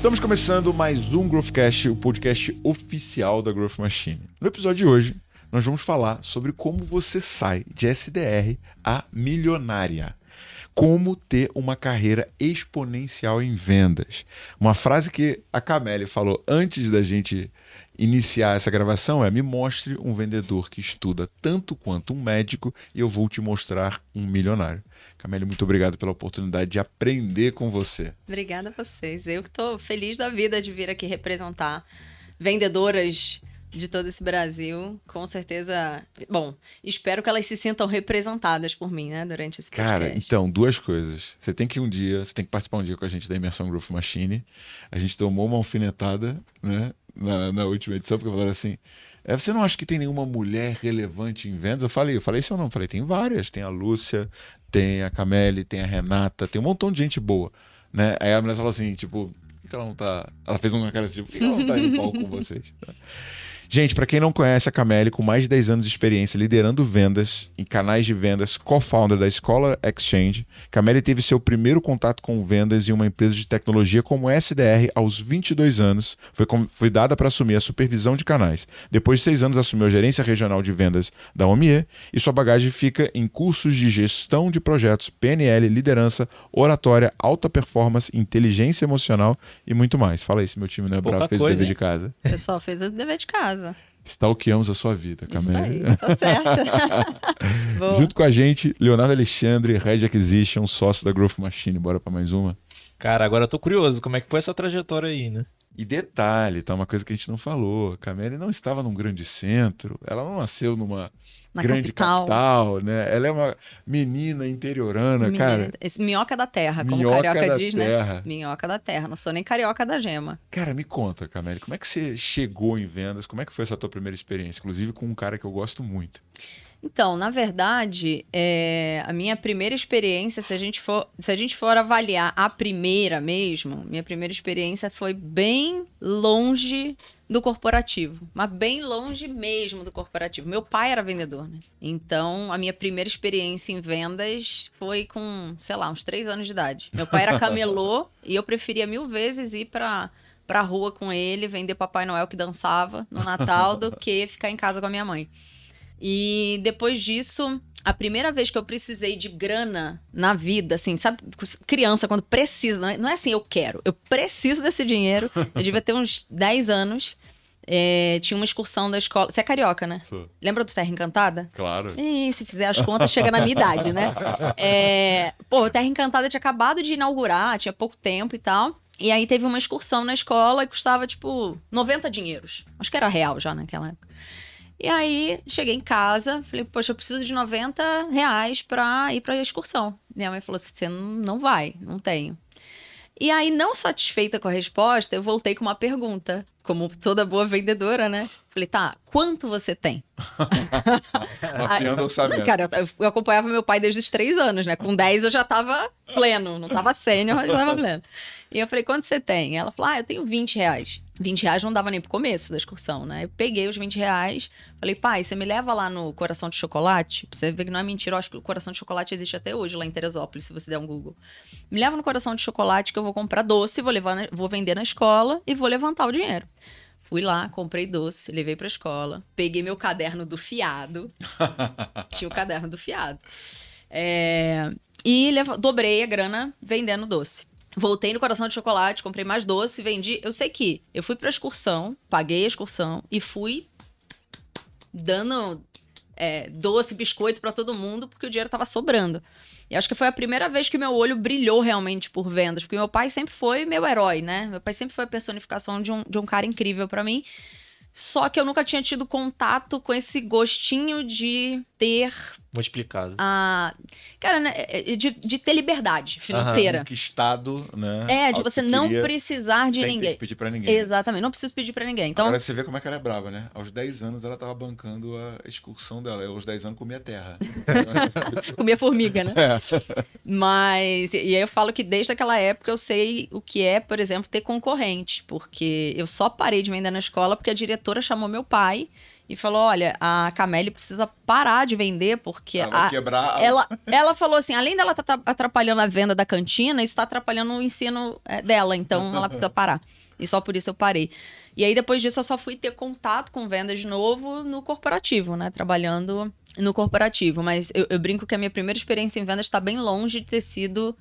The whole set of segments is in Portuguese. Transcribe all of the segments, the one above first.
Estamos começando mais um Growthcast, o podcast oficial da Growth Machine. No episódio de hoje, nós vamos falar sobre como você sai de SDR a milionária. Como ter uma carreira exponencial em vendas. Uma frase que a Cameli falou antes da gente iniciar essa gravação é: me mostre um vendedor que estuda tanto quanto um médico e eu vou te mostrar um milionário. Cameli, muito obrigado pela oportunidade de aprender com você. Obrigada a vocês. Eu que estou feliz da vida de vir aqui representar vendedoras de todo esse Brasil. Com certeza, bom, espero que elas se sintam representadas por mim, né, durante esse podcast. Cara, então, duas coisas. Você tem que participar um dia com a gente da Imersão Growth Machine. A gente tomou uma alfinetada, né, na última edição, porque falaram assim: você não acha que tem nenhuma mulher relevante em vendas? Eu falei isso ou não? Falei, tem várias. Tem a Lúcia, tem a Cameli, tem a Renata, tem um montão de gente boa, né? Aí a mulher falou assim, tipo, por que ela não tá... Ela fez uma cara assim, por que ela não tá aí no palco com vocês? Gente, para quem não conhece a Cameli, com mais de 10 anos de experiência liderando vendas em canais de vendas, co-founder da Escola Exchange, Cameli teve seu primeiro contato com vendas em uma empresa de tecnologia como SDR aos 22 anos. Foi dada para assumir a supervisão de canais. Depois de 6 anos, assumiu a gerência regional de vendas da OMIE e sua bagagem fica em cursos de gestão de projetos, PNL, liderança, oratória, alta performance, inteligência emocional e muito mais. Fala aí se meu time não é bravo, fez o dever de casa. O pessoal fez o dever de casa. Stalkeamos a sua vida, Cameli. Isso aí, tá certo. Junto com a gente, Leonardo Alexandre, Head Acquisition, sócio da Growth Machine. Bora pra mais uma? Cara, agora eu tô curioso, como é que foi essa trajetória aí, né? E detalhe, tá? Uma coisa que a gente não falou. A Cameli não estava num grande centro, ela não nasceu numa grande capital, né? Ela é uma menina interiorana, cara. Minhoca da terra, como o carioca diz, né? Minhoca da terra, não sou nem carioca da gema. Cara, me conta, Cameli, como é que você chegou em vendas? Como é que foi essa tua primeira experiência? Inclusive com um cara que eu gosto muito. Então, na verdade, a minha primeira experiência, se a gente for avaliar a primeira mesmo, minha primeira experiência foi bem longe do corporativo, mas bem longe mesmo do corporativo. Meu pai era vendedor, né? Então, a minha primeira experiência em vendas foi com, sei lá, uns 3 anos de idade. Meu pai era camelô e eu preferia 1000 vezes ir pra rua com ele, vender Papai Noel que dançava no Natal, do que ficar em casa com a minha mãe. E depois disso, a primeira vez que eu precisei de grana na vida, assim, sabe? Criança, quando precisa, não é assim, eu preciso desse dinheiro. Eu devia ter uns 10 anos. Tinha uma excursão da escola. Você é carioca, né? Sou. Lembra do Terra Encantada? Claro. Se fizer as contas, chega na minha idade, né? O Terra Encantada tinha acabado de inaugurar, tinha pouco tempo e tal. E aí teve uma excursão na escola e custava, tipo, 90 dinheiros. Acho que era real já naquela época. E aí, cheguei em casa, falei, poxa, eu preciso de 90 reais pra ir pra excursão. Minha mãe falou assim, você não vai, não tenho. E aí, não satisfeita com a resposta, eu voltei com uma pergunta, como toda boa vendedora, né? Falei, tá, quanto você tem? Mapeando orçamento. Cara, eu acompanhava meu pai desde os 3 anos, né? Com 10 eu já tava pleno, não tava sênior, mas já tava pleno. E eu falei, quanto você tem? Ela falou, eu tenho 20 reais. 20 reais não dava nem pro começo da excursão, né? Eu peguei os 20 reais, falei, pai, você me leva lá no Coração de Chocolate? Pra você ver que não é mentira, eu acho que o Coração de Chocolate existe até hoje lá em Teresópolis, se você der um Google. Me leva no Coração de Chocolate que eu vou comprar doce, vou vender na escola e vou levantar o dinheiro. Fui lá, comprei doce, levei pra escola, peguei meu caderno do fiado, tinha o caderno do fiado, e dobrei a grana vendendo doce. Voltei no Coração de Chocolate, comprei mais doce, vendi. Eu sei que eu fui pra excursão, paguei a excursão e fui dando doce, biscoito pra todo mundo, porque o dinheiro tava sobrando. E acho que foi a primeira vez que meu olho brilhou realmente por vendas, porque meu pai sempre foi meu herói, né? Meu pai sempre foi a personificação de um cara incrível pra mim. Só que eu nunca tinha tido contato com esse gostinho de ter... Multiplicado. Cara, né, de ter liberdade financeira. Conquistado, né? De você não precisar de ninguém. Sem ter que pedir pra ninguém. Exatamente, não preciso pedir pra ninguém. Então... Agora você vê como é que ela é brava, né? Aos 10 anos ela tava bancando a excursão dela. Eu, aos 10 anos, comia terra. Comia formiga, né? Mas... E aí eu falo que desde aquela época eu sei o que é, por exemplo, ter concorrente. Porque eu só parei de vender na escola porque a diretora chamou meu pai e falou, olha, a Camélia precisa parar de vender, porque vai quebrar. ela falou assim, além dela tá atrapalhando a venda da cantina, isso tá atrapalhando o ensino dela, então ela precisa parar. E só por isso eu parei. E aí, depois disso, eu só fui ter contato com vendas de novo no corporativo, né? Trabalhando no corporativo. Mas eu brinco que a minha primeira experiência em vendas está bem longe de ter sido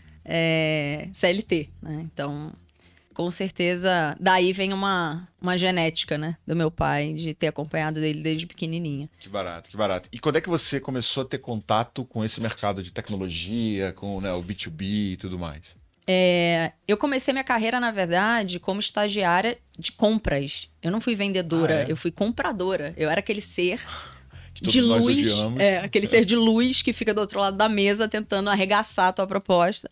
CLT, né? Então, com certeza, daí vem uma genética, né? Do meu pai, de ter acompanhado dele desde pequenininha. Que barato, que barato. E quando é que você começou a ter contato com esse mercado de tecnologia, com, né, o B2B e tudo mais? Eu comecei minha carreira, na verdade, como estagiária de compras. Eu não fui vendedora, eu fui compradora. Eu era aquele ser Que de todos nós luz, odiamos. aquele ser de luz que fica do outro lado da mesa tentando arregaçar a tua proposta.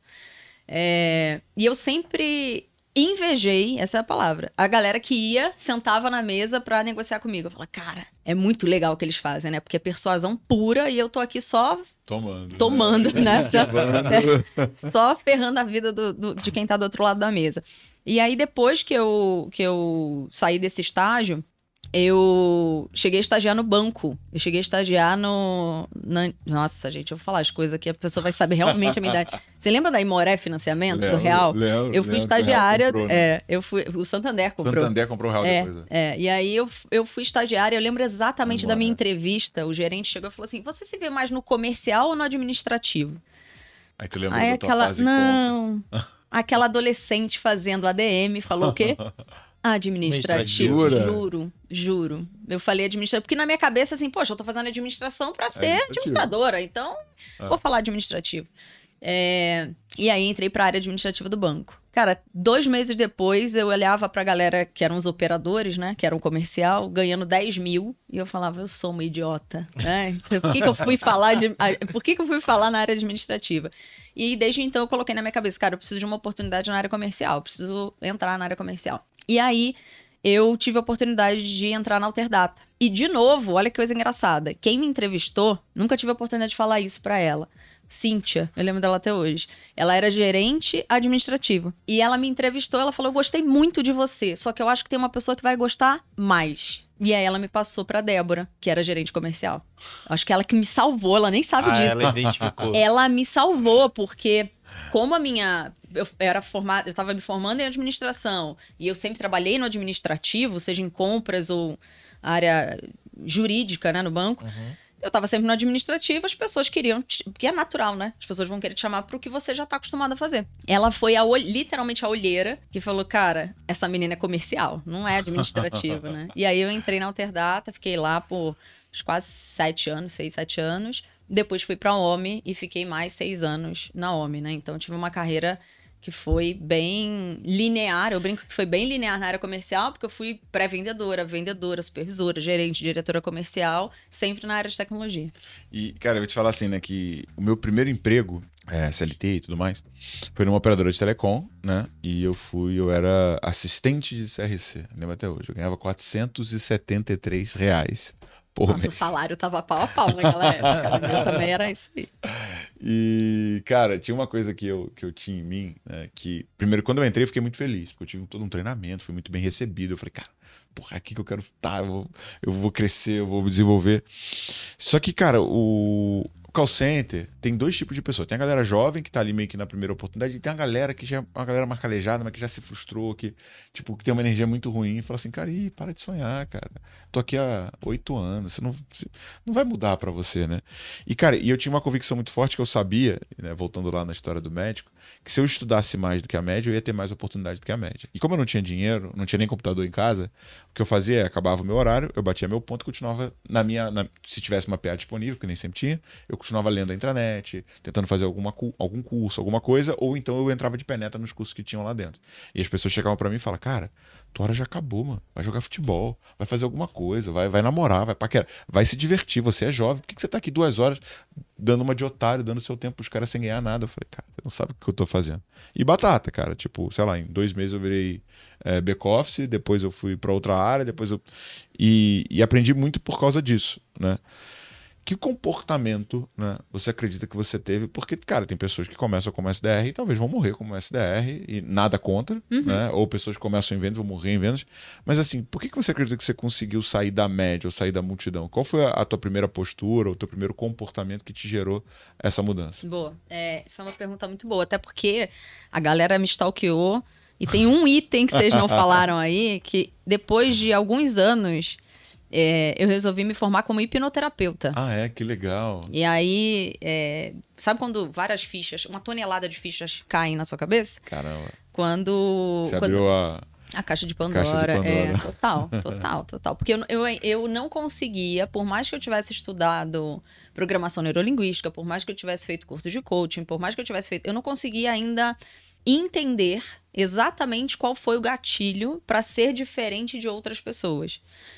E eu sempre invejei, essa é a palavra, a galera que sentava na mesa pra negociar comigo. Eu falava, cara, é muito legal o que eles fazem, né? Porque é persuasão pura e eu tô aqui só tomando, né? Só ferrando a vida de quem tá do outro lado da mesa. E aí, depois que eu saí desse estágio, eu cheguei a estagiar no banco. Eu cheguei a estagiar Nossa, gente, eu vou falar as coisas que a pessoa vai saber realmente a minha idade. Você lembra da Imoré Financiamento, do Real? Eu fui estagiária... Comprou, né? O Santander comprou. Santander comprou o Real depois. E aí eu fui estagiária, eu lembro exatamente da minha entrevista. O gerente chegou e falou assim, você se vê mais no comercial ou no administrativo? Aí tu lembra da tua fase não, aquela adolescente fazendo ADM, falou o quê? Administrativo, juro. Eu falei administrativo, porque na minha cabeça, assim, poxa, eu tô fazendo administração pra ser administradora, então vou falar administrativo. E aí entrei pra área administrativa do banco. Cara, 2 meses depois eu olhava pra galera que eram os operadores, né, que eram comercial, ganhando 10 mil, e eu falava, eu sou uma idiota, né? Então, por que eu fui falar na área administrativa? E desde então eu coloquei na minha cabeça, cara, eu preciso de uma oportunidade na área comercial, eu preciso entrar na área comercial. E aí, eu tive a oportunidade de entrar na Alterdata. E, de novo, olha que coisa engraçada. Quem me entrevistou, nunca tive a oportunidade de falar isso pra ela. Cíntia, eu lembro dela até hoje. Ela era gerente administrativa. E ela me entrevistou, ela falou, eu gostei muito de você, só que eu acho que tem uma pessoa que vai gostar mais. E aí ela me passou pra Débora, que era gerente comercial. Acho que ela que me salvou, ela nem sabe disso. Ela identificou. Ela me salvou, porque como eu estava me formando em administração e eu sempre trabalhei no administrativo, seja em compras ou área jurídica, né, no banco. Eu estava sempre no administrativo, as pessoas queriam, porque é natural, né? As pessoas vão querer te chamar pro que você já tá acostumado a fazer. Ela foi literalmente a olheira que falou, cara, essa menina é comercial, não é administrativa, né? E aí eu entrei na Alterdata, fiquei lá por quase 6, 7 anos. Depois fui pra OMI e fiquei mais 6 anos na OMI, né? Então tive uma carreira que foi bem linear. Eu brinco que foi bem linear na área comercial, porque eu fui pré-vendedora, vendedora, supervisora, gerente, diretora comercial, sempre na área de tecnologia. E, cara, eu vou te falar assim, né, que o meu primeiro emprego, CLT e tudo mais, foi numa operadora de telecom, né, e eu era assistente de CRC, lembro até hoje, eu ganhava R$473 por mês. Nossa, o salário tava pau a pau naquela época, o meu também era isso aí. E, cara, tinha uma coisa que eu tinha em mim, né, que, primeiro, quando eu entrei, eu fiquei muito feliz, porque eu tive todo um treinamento, fui muito bem recebido. Eu falei, cara, porra, é aqui que eu quero estar, eu vou crescer, eu vou me desenvolver. Só que, cara, o call center tem 2 tipos de pessoas. Tem a galera jovem, que tá ali meio que na primeira oportunidade, e tem a galera que já é uma galera mais calejada, mas que já se frustrou, que tem uma energia muito ruim, e fala assim, cara, para de sonhar, cara. Tô aqui há 8 anos, você não vai mudar pra você, né? E, cara, eu tinha uma convicção muito forte que eu sabia, né, voltando lá na história do médico, que se eu estudasse mais do que a média, eu ia ter mais oportunidade do que a média. E como eu não tinha dinheiro, não tinha nem computador em casa, o que eu fazia é, acabava o meu horário, eu batia meu ponto e continuava se tivesse uma PA disponível, que nem sempre tinha, eu continuava lendo a intranet, tentando fazer algum curso, alguma coisa, ou então eu entrava de penetra nos cursos que tinham lá dentro. E as pessoas chegavam pra mim e falavam, cara, tua hora já acabou, mano. Vai jogar futebol, vai fazer alguma coisa, vai namorar, vai paquerar, vai se divertir, você é jovem, por que você tá aqui 2 horas dando uma de otário, dando seu tempo pros caras sem ganhar nada? Eu falei, cara, você não sabe o que eu tô fazendo. E batata, cara, tipo, sei lá, em 2 meses eu virei back-office, depois eu fui pra outra área, e aprendi muito por causa disso, né? que comportamento, né, você acredita que você teve? Porque, cara, tem pessoas que começam como SDR e talvez vão morrer como SDR e nada contra, né? Ou pessoas que começam em vendas vão morrer em vendas. Mas assim, por que você acredita que você conseguiu sair da média ou sair da multidão? Qual foi a tua primeira postura, o teu primeiro comportamento que te gerou essa mudança? Boa. Isso é uma pergunta muito boa, até porque a galera me stalkeou e tem um item que vocês não falaram aí, que depois de alguns anos... eu resolvi me formar como hipnoterapeuta. Ah, que legal. E aí, sabe quando várias fichas, uma tonelada de fichas caem na sua cabeça? Caramba. Quando... Você abriu a caixa de Pandora. Total. Porque eu não conseguia, por mais que eu tivesse estudado programação neurolinguística, por mais que eu tivesse feito curso de coaching, por mais que eu tivesse feito... Eu não conseguia ainda entender exatamente qual foi o gatilho para ser diferente de outras pessoas.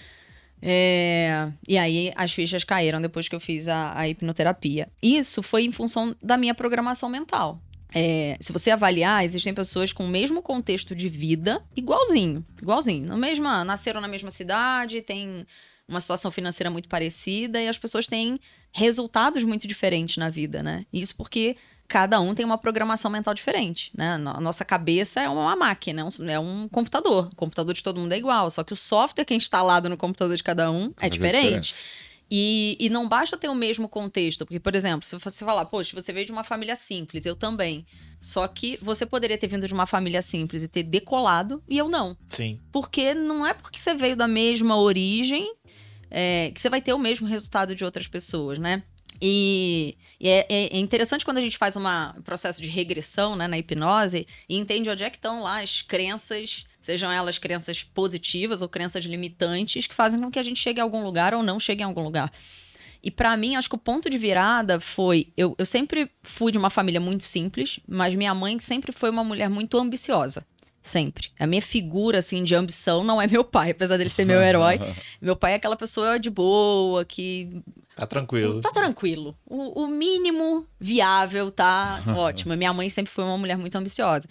E aí as fichas caíram depois que eu fiz a hipnoterapia. Isso foi em função da minha programação mental. Se você avaliar, existem pessoas com o mesmo contexto de vida, igualzinho. Nasceram na mesma cidade, têm uma situação financeira muito parecida e as pessoas têm resultados muito diferentes na vida, né? Isso porque cada um tem uma programação mental diferente, né? A nossa cabeça é uma máquina, é um computador. O computador de todo mundo é igual, só que o software que é instalado no computador de cada um é diferente. E não basta ter o mesmo contexto, porque, por exemplo, se você falar, poxa, você veio de uma família simples, eu também. Só que você poderia ter vindo de uma família simples e ter decolado, e eu não. Sim. Porque não é porque você veio da mesma origem que você vai ter o mesmo resultado de outras pessoas, né? E é interessante quando a gente faz um processo de regressão, né, na hipnose e entende onde é que estão lá as crenças, sejam elas crenças positivas ou crenças limitantes, que fazem com que a gente chegue a algum lugar ou não chegue a algum lugar. E pra mim, acho que o ponto de virada foi... Eu sempre fui de uma família muito simples, mas minha mãe sempre foi uma mulher muito ambiciosa. Sempre. A minha figura, assim, de ambição não é meu pai, apesar dele ser meu herói. Meu pai é aquela pessoa de boa, que... Tá tranquilo. Tá tranquilo. O mínimo viável tá ótimo. Minha mãe sempre foi uma mulher muito ambiciosa.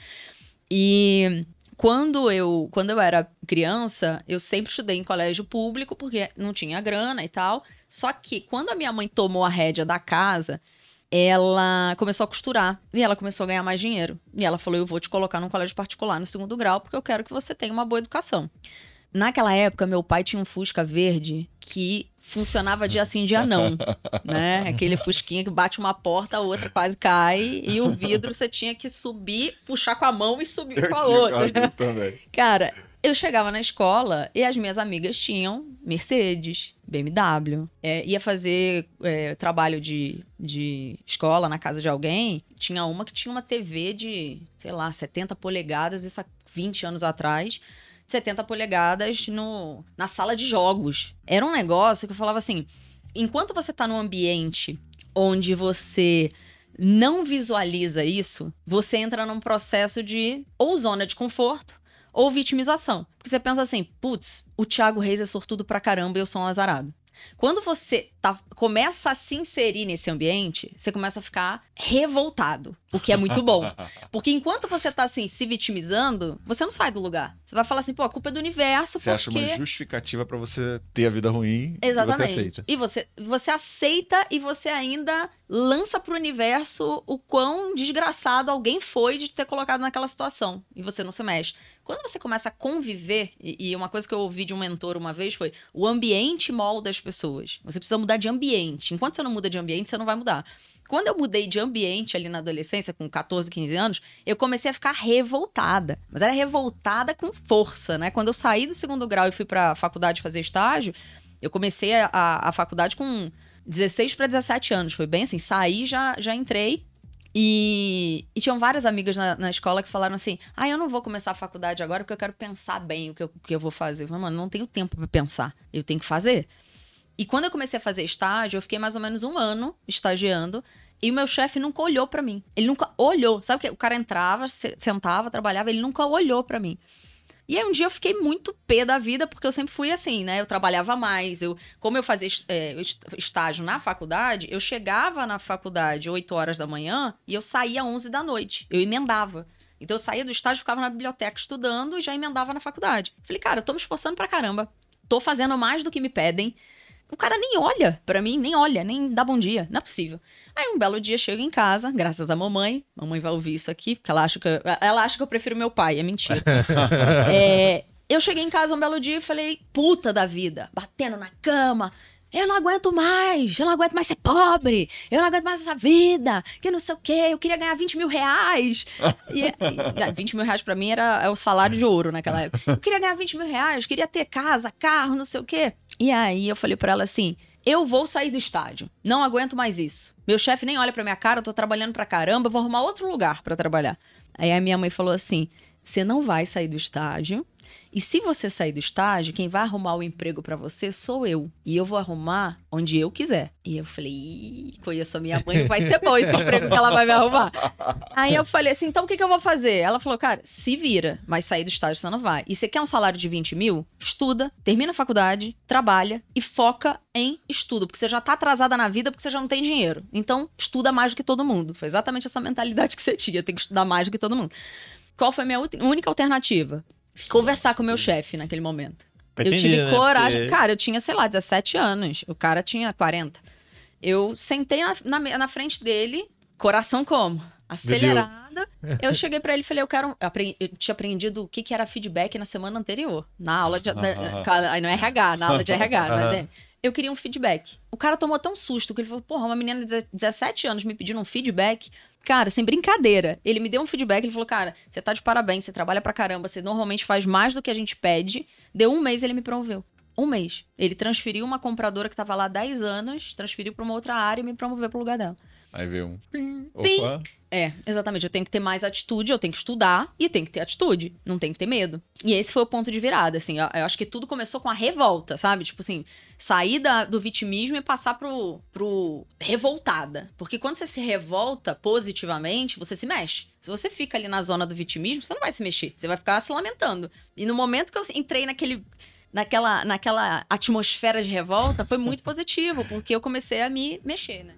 E quando eu era criança, eu sempre estudei em colégio público, porque não tinha grana e tal. Só que quando a minha mãe tomou a rédea da casa... ela começou a costurar e ela começou a ganhar mais dinheiro. E ela falou, eu vou te colocar num colégio particular no 2º grau porque eu quero que você tenha uma boa educação. Naquela época, meu pai tinha um Fusca verde que funcionava dia sim, dia não, né? Aquele Fusquinha que bate uma porta, a outra quase cai e o vidro você tinha que subir, puxar com a mão e subir com a outra. Também. Cara, eu chegava na escola e as minhas amigas tinham Mercedes, BMW, ia fazer trabalho de escola na casa de alguém, tinha uma que tinha uma TV de, sei lá, 70 polegadas, isso há 20 anos atrás, 70 polegadas na sala de jogos. Era um negócio que eu falava assim, enquanto você tá num ambiente onde você não visualiza isso, você entra num processo de ou zona de conforto, ou vitimização. Porque você pensa assim, putz, o Thiago Reis é sortudo pra caramba e eu sou um azarado. Quando você começa a se inserir nesse ambiente, você começa a ficar revoltado, o que é muito bom. Porque enquanto você tá assim, se vitimizando, você não sai do lugar. Você vai falar assim, pô, a culpa é do universo, você acha uma justificativa pra você ter a vida ruim. Exatamente. E você aceita. E você aceita e você ainda lança pro universo o quão desgraçado alguém foi de ter colocado naquela situação. E você não se mexe. Quando você começa a conviver, e uma coisa que eu ouvi de um mentor uma vez foi, o ambiente molda as pessoas. Você precisa mudar de ambiente. Enquanto você não muda de ambiente, você não vai mudar. Quando eu mudei de ambiente ali na adolescência, com 14, 15 anos, eu comecei a ficar revoltada. Mas era revoltada com força, né? Quando eu saí do 2º grau e fui pra faculdade fazer estágio, eu comecei a faculdade com 16 para 17 anos. Foi bem assim, saí, já entrei. E tinham várias amigas na escola que falaram assim, eu não vou começar a faculdade agora porque eu quero pensar bem o que eu vou fazer. Eu falei, mano, não tenho tempo pra pensar, eu tenho que fazer. E quando eu comecei a fazer estágio, eu fiquei mais ou menos 1 ano estagiando e o meu chefe nunca olhou pra mim. Ele nunca olhou, sabe que o cara entrava, sentava, trabalhava, ele nunca olhou pra mim. E aí um dia eu fiquei muito pé da vida, porque eu sempre fui assim, né? Eu trabalhava mais, como eu fazia estágio na faculdade, eu chegava na faculdade 8 horas da manhã e eu saía 11 da noite. Eu emendava. Então eu saía do estágio, ficava na biblioteca estudando e já emendava na faculdade. Falei, cara, eu tô me esforçando pra caramba. Tô fazendo mais do que me pedem. O cara nem olha pra mim, nem olha, nem dá bom dia. Não é possível. Aí um belo dia chego em casa, graças à mamãe. Mamãe vai ouvir isso aqui, porque ela acha que eu prefiro meu pai, é mentira. Eu cheguei em casa um belo dia e falei, puta da vida, batendo na cama. Eu não aguento mais ser pobre, eu não aguento mais essa vida, que não sei o quê, eu queria ganhar 20 mil reais. 20 mil reais pra mim é o salário de ouro naquela época. Eu queria ganhar 20 mil reais, queria ter casa, carro, não sei o quê. E aí eu falei pra ela assim, eu vou sair do estádio, não aguento mais isso. Meu chefe nem olha pra minha cara, eu tô trabalhando pra caramba, eu vou arrumar outro lugar pra trabalhar. Aí a minha mãe falou assim, você não vai sair do estádio. E se você sair do estágio, quem vai arrumar o emprego pra você sou eu. E eu vou arrumar onde eu quiser. E eu falei, conheço a minha mãe, não vai ser bom esse emprego que ela vai me arrumar. Aí eu falei assim, então o que eu vou fazer? Ela falou, cara, se vira, mas sair do estágio você não vai. E você quer um salário de 20 mil? Estuda, termina a faculdade, trabalha e foca em estudo. Porque você já tá atrasada na vida porque você já não tem dinheiro. Então, estuda mais do que todo mundo. Foi exatamente essa mentalidade que você tinha, tem que estudar mais do que todo mundo. Qual foi a minha única alternativa? Conversar com o meu chefe naquele momento. Eu tive coragem. Porque... Cara, eu tinha, sei lá, 17 anos. O cara tinha 40. Eu sentei na frente dele, coração como? Acelerado. Eu cheguei pra ele e falei, eu tinha aprendido o que era feedback na semana anterior. Na aula de... Aí no RH, na aula de RH. Né? Eu queria um feedback. O cara tomou tão susto que ele falou, porra, uma menina de 17 anos me pedindo um feedback... Cara, sem brincadeira. Ele me deu um feedback, ele falou, cara, você tá de parabéns, você trabalha pra caramba, você normalmente faz mais do que a gente pede. Deu um mês, ele me promoveu. Um mês. Ele transferiu uma compradora que tava lá há 10 anos, transferiu pra uma outra área e me promoveu pro lugar dela. Aí veio um pim, pim. Opa. Exatamente. Eu tenho que ter mais atitude, eu tenho que estudar e tenho que ter atitude. Não tenho que ter medo. E esse foi o ponto de virada, assim. Eu acho que tudo começou com a revolta, sabe? Tipo assim, sair do vitimismo e passar pro revoltada. Porque quando você se revolta positivamente, você se mexe. Se você fica ali na zona do vitimismo, você não vai se mexer. Você vai ficar se lamentando. E no momento que eu entrei naquela atmosfera de revolta, foi muito positivo, porque eu comecei a me mexer, né?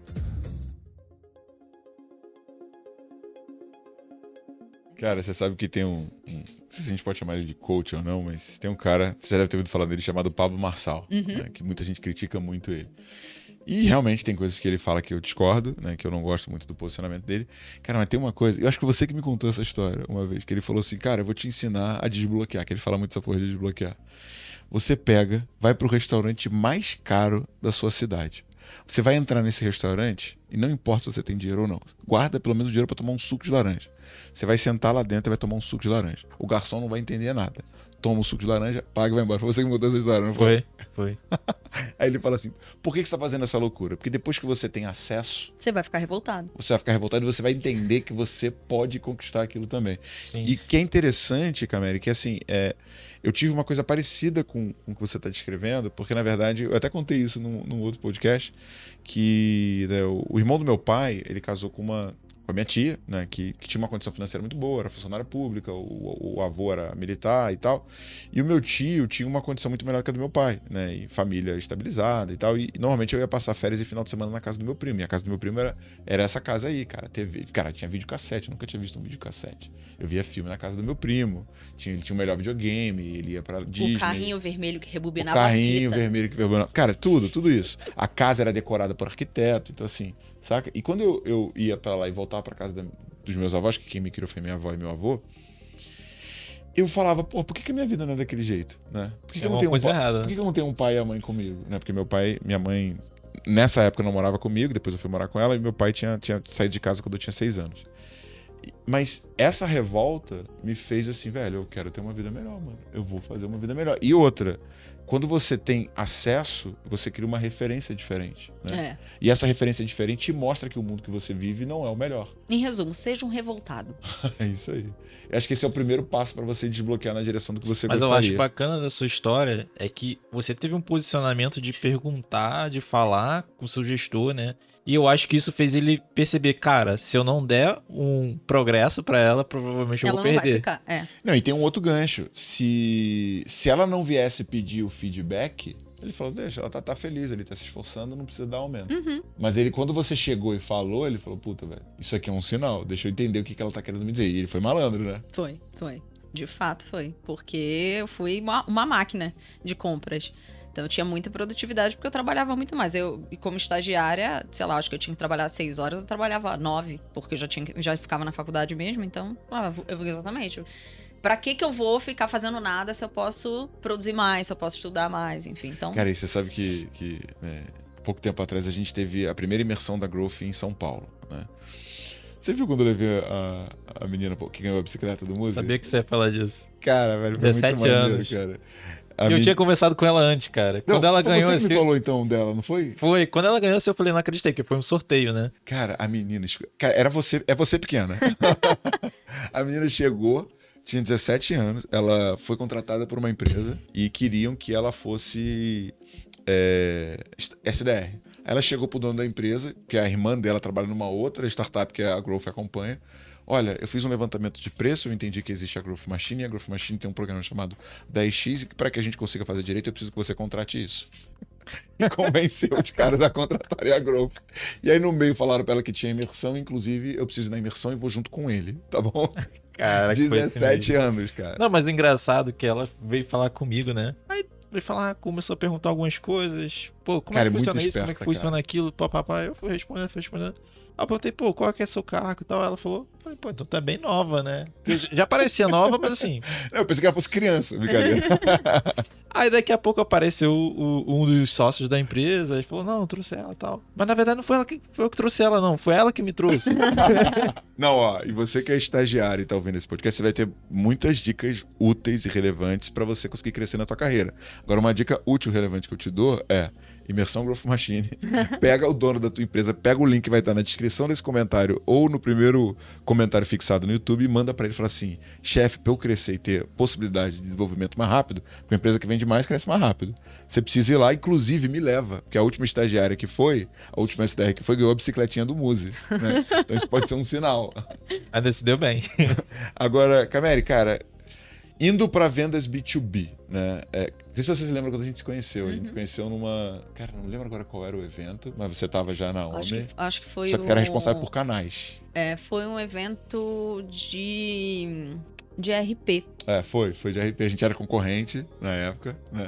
Cara, você sabe que tem não sei se a gente pode chamar ele de coach ou não, mas tem um cara, você já deve ter ouvido falar dele, chamado Pablo Marçal, né, que muita gente critica muito ele. E realmente tem coisas que ele fala que eu discordo, né, que eu não gosto muito do posicionamento dele. Cara, mas tem uma coisa, eu acho que você que me contou essa história uma vez, que ele falou assim, cara, eu vou te ensinar a desbloquear, que ele fala muito essa porra de desbloquear. Você pega, vai pro restaurante mais caro da sua cidade. Você vai entrar nesse restaurante e não importa se você tem dinheiro ou não. Guarda pelo menos o dinheiro para tomar um suco de laranja. Você vai sentar lá dentro e vai tomar um suco de laranja. O garçom não vai entender nada. Toma um suco de laranja, paga e vai embora. Foi você que mudou essa história, não foi? Foi. Aí ele fala assim, por que você está fazendo essa loucura? Porque depois que você tem acesso... Você vai ficar revoltado. Você vai ficar revoltado e você vai entender que você pode conquistar aquilo também. Sim. E que é interessante, Cameri, que assim... Eu tive uma coisa parecida com o que você está descrevendo, porque, na verdade, eu até contei isso num outro podcast, que né, o irmão do meu pai, ele casou com a minha tia, né, que tinha uma condição financeira muito boa, era funcionária pública, o avô era militar e tal, e o meu tio tinha uma condição muito melhor que a do meu pai, né, e família estabilizada e tal, e normalmente eu ia passar férias e final de semana na casa do meu primo, e a casa do meu primo era essa casa aí, cara, TV, cara, tinha videocassete, eu nunca tinha visto um videocassete, eu via filme na casa do meu primo, ele tinha o melhor videogame, ele ia pra Disney. O carrinho vermelho que rebobinava a fita. Cara, tudo isso. A casa era decorada por arquiteto, então assim, saca? E quando eu ia pra lá e voltava pra casa dos meus avós, que quem me criou foi minha avó e meu avô, eu falava, pô, por que a minha vida não é daquele jeito, né? Por que eu não tenho coisa errada. Por que eu não tenho um pai e a mãe comigo, né? Porque minha mãe, nessa época não morava comigo, depois eu fui morar com ela, e meu pai tinha saído de casa quando eu tinha 6 anos. Mas essa revolta me fez assim, velho, eu quero ter uma vida melhor, mano. Eu vou fazer uma vida melhor. E outra, quando você tem acesso, você cria uma referência diferente, né? E essa referência diferente te mostra que o mundo que você vive não é o melhor. Em resumo, seja um revoltado. É isso aí. Eu acho que esse é o primeiro passo para você desbloquear na direção do que você gostaria. Mas eu acho bacana da sua história é que você teve um posicionamento de perguntar, de falar com o seu gestor, né? E eu acho que isso fez ele perceber, cara, se eu não der um progresso pra ela, provavelmente eu vou perder. Vai ficar, Não, e tem um outro gancho. Se ela não viesse pedir o feedback, ele falou, deixa, ela tá feliz, ele tá se esforçando, não precisa dar aumento. Uhum. Mas quando você chegou e falou, ele falou, puta, velho, isso aqui é um sinal, deixa eu entender o que ela tá querendo me dizer. E ele foi malandro, né? Foi. De fato foi. Porque eu fui uma máquina de compras. Então eu tinha muita produtividade porque eu trabalhava muito mais. E como estagiária, sei lá, acho que eu tinha que trabalhar 6 horas, eu trabalhava 9, porque eu já ficava na faculdade mesmo, então, exatamente. Pra que eu vou ficar fazendo nada se eu posso produzir mais, se eu posso estudar mais, enfim, então... Cara, e você sabe que né, pouco tempo atrás a gente teve a primeira imersão da Growth em São Paulo, né? Você viu quando eu levei a menina que ganhou a bicicleta do Muzi? Sabia que você ia falar disso. Cara, velho, foi 17 muito maneiro, anos. cara. Eu tinha conversado com ela antes, cara. Quando ela ganhou... Você que me falou então dela, não foi? Foi. Quando ela ganhou, eu falei, não acreditei, que foi um sorteio, né? Cara, a menina... Cara, é você pequena. A menina chegou, tinha 17 anos, ela foi contratada por uma empresa e queriam que ela fosse SDR. Ela chegou pro dono da empresa, que a irmã dela trabalha numa outra startup que a Growth acompanha. Olha, eu fiz um levantamento de preço, eu entendi que existe a Growth Machine, e a Growth Machine tem um programa chamado 10X, e para que a gente consiga fazer direito, eu preciso que você contrate isso. E convenceu os caras a contratarem a Growth. E aí no meio falaram para ela que tinha imersão, inclusive eu preciso ir na imersão e vou junto com ele, tá bom? Cara, 17 anos, cara. Não, mas engraçado que ela veio falar comigo, né? Aí veio falar, começou a perguntar algumas coisas. Pô, como Cara, é que funciona muito isso? Como é que esperta, funciona aquilo? Papapá. Eu fui respondendo. Aí eu perguntei, pô, qual é que é seu cargo e tal? Ela falou, pô, então tá bem nova, né? Porque já parecia nova, mas assim... Eu pensei que ela fosse criança, brincadeira. Aí daqui a pouco apareceu um dos sócios da empresa e falou, não, eu trouxe ela e tal. Mas na verdade não foi eu que trouxe ela, não. Foi ela que me trouxe. Não, ó, e você que é estagiário e tá ouvindo esse podcast, você vai ter muitas dicas úteis e relevantes pra você conseguir crescer na tua carreira. Agora, uma dica útil e relevante que eu te dou é Imersão Growth Machine. Pega o dono da tua empresa, pega o link que vai estar na descrição desse comentário ou no primeiro comentário fixado no YouTube e manda pra ele e fala assim, chefe, pra eu crescer e ter possibilidade de desenvolvimento mais rápido, porque a empresa que vende mais cresce mais rápido. Você precisa ir lá, inclusive me leva, porque a última estagiária que foi, a última SDR que foi, ganhou a bicicletinha do Muzi, né? Então isso pode ser um sinal. Ainda se deu bem. Agora, Cameri, cara, indo para vendas B2B, né? Não sei se você se lembra quando a gente se conheceu. A gente se conheceu numa... Cara, não lembro agora qual era o evento, mas você estava já na OMI. Acho que foi Só que era responsável por canais. Foi um evento de RP. Foi de RP. A gente era concorrente na época, né?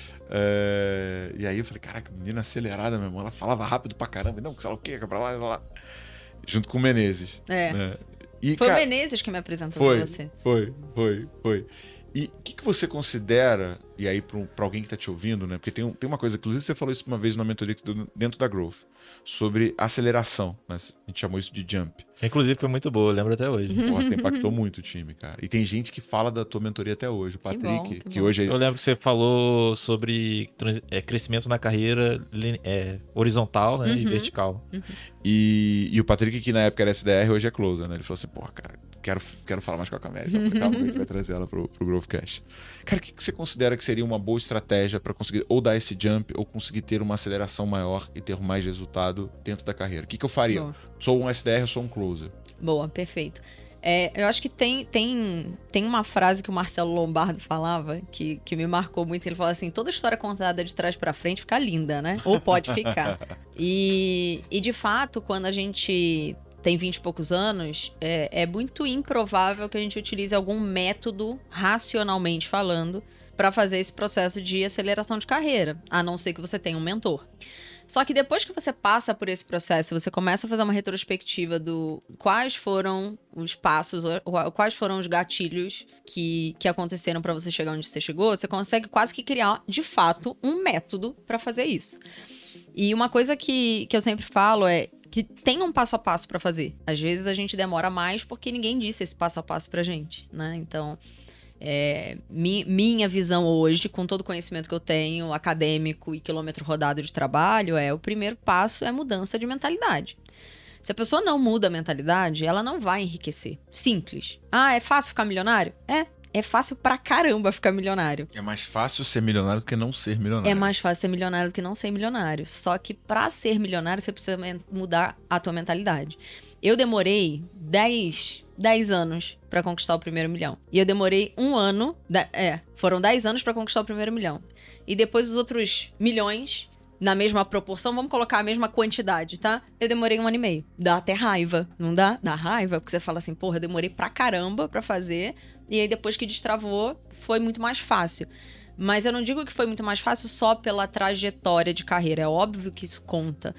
E aí eu falei, caraca, menina acelerada, meu irmão. Ela falava rápido pra caramba. Não, sei lá o quê, pra lá, pra lá. Junto com o Menezes. Né? E, foi cara, o Menezes que me apresentou pra você. Foi. E o que você considera, e aí para alguém que está te ouvindo, né? Porque tem uma coisa, inclusive você falou isso uma vez numa mentoria dentro da Growth, sobre aceleração, né? A gente chamou isso de jump. Inclusive foi muito boa, eu lembro até hoje. Porra, você impactou muito o time, cara. E tem gente que fala da tua mentoria até hoje. O Patrick, que hoje é... Eu lembro que você falou sobre crescimento na carreira horizontal, né? E vertical. E o Patrick, que na época era SDR, hoje é closer, né? Ele falou assim, porra, cara, quero falar mais com a Cameri. Eu falei, calma, a gente vai trazer ela pro Growthcast. Cara, o que você considera que seria uma boa estratégia para conseguir ou dar esse jump ou conseguir ter uma aceleração maior e ter mais resultado dentro da carreira? O que eu faria? Boa. Sou um SDR, eu sou um closer. Boa, perfeito. Eu acho que tem uma frase que o Marcelo Lombardo falava que me marcou muito. Ele falou assim, toda história contada de trás pra frente fica linda, né? Ou pode ficar. E de fato, quando a gente tem 20 e poucos anos, é muito improvável que a gente utilize algum método, racionalmente falando, para fazer esse processo de aceleração de carreira, a não ser que você tenha um mentor. Só que depois que você passa por esse processo, você começa a fazer uma retrospectiva do quais foram os passos, quais foram os gatilhos que aconteceram para você chegar onde você chegou, você consegue quase que criar, de fato, um método para fazer isso. E uma coisa que eu sempre falo é que tem um passo a passo para fazer. Às vezes a gente demora mais porque ninguém disse esse passo a passo pra gente, né? Então, minha visão hoje, com todo o conhecimento que eu tenho, acadêmico e quilômetro rodado de trabalho, o primeiro passo é mudança de mentalidade. Se a pessoa não muda a mentalidade, ela não vai enriquecer. Simples. É fácil ficar milionário? É fácil pra caramba ficar milionário. É mais fácil ser milionário do que não ser milionário. É mais fácil ser milionário do que não ser milionário. Só que pra ser milionário, você precisa mudar a tua mentalidade. Eu demorei 10 anos pra conquistar o primeiro milhão. E eu demorei 1 ano... foram 10 anos pra conquistar o primeiro milhão. E depois os outros milhões, na mesma proporção, vamos colocar a mesma quantidade, tá? Eu demorei 1 ano e meio. Dá até raiva, não dá? Dá raiva, porque você fala assim, porra, eu demorei pra caramba pra fazer... E aí, depois que destravou, foi muito mais fácil. Mas eu não digo que foi muito mais fácil só pela trajetória de carreira. É óbvio que isso conta.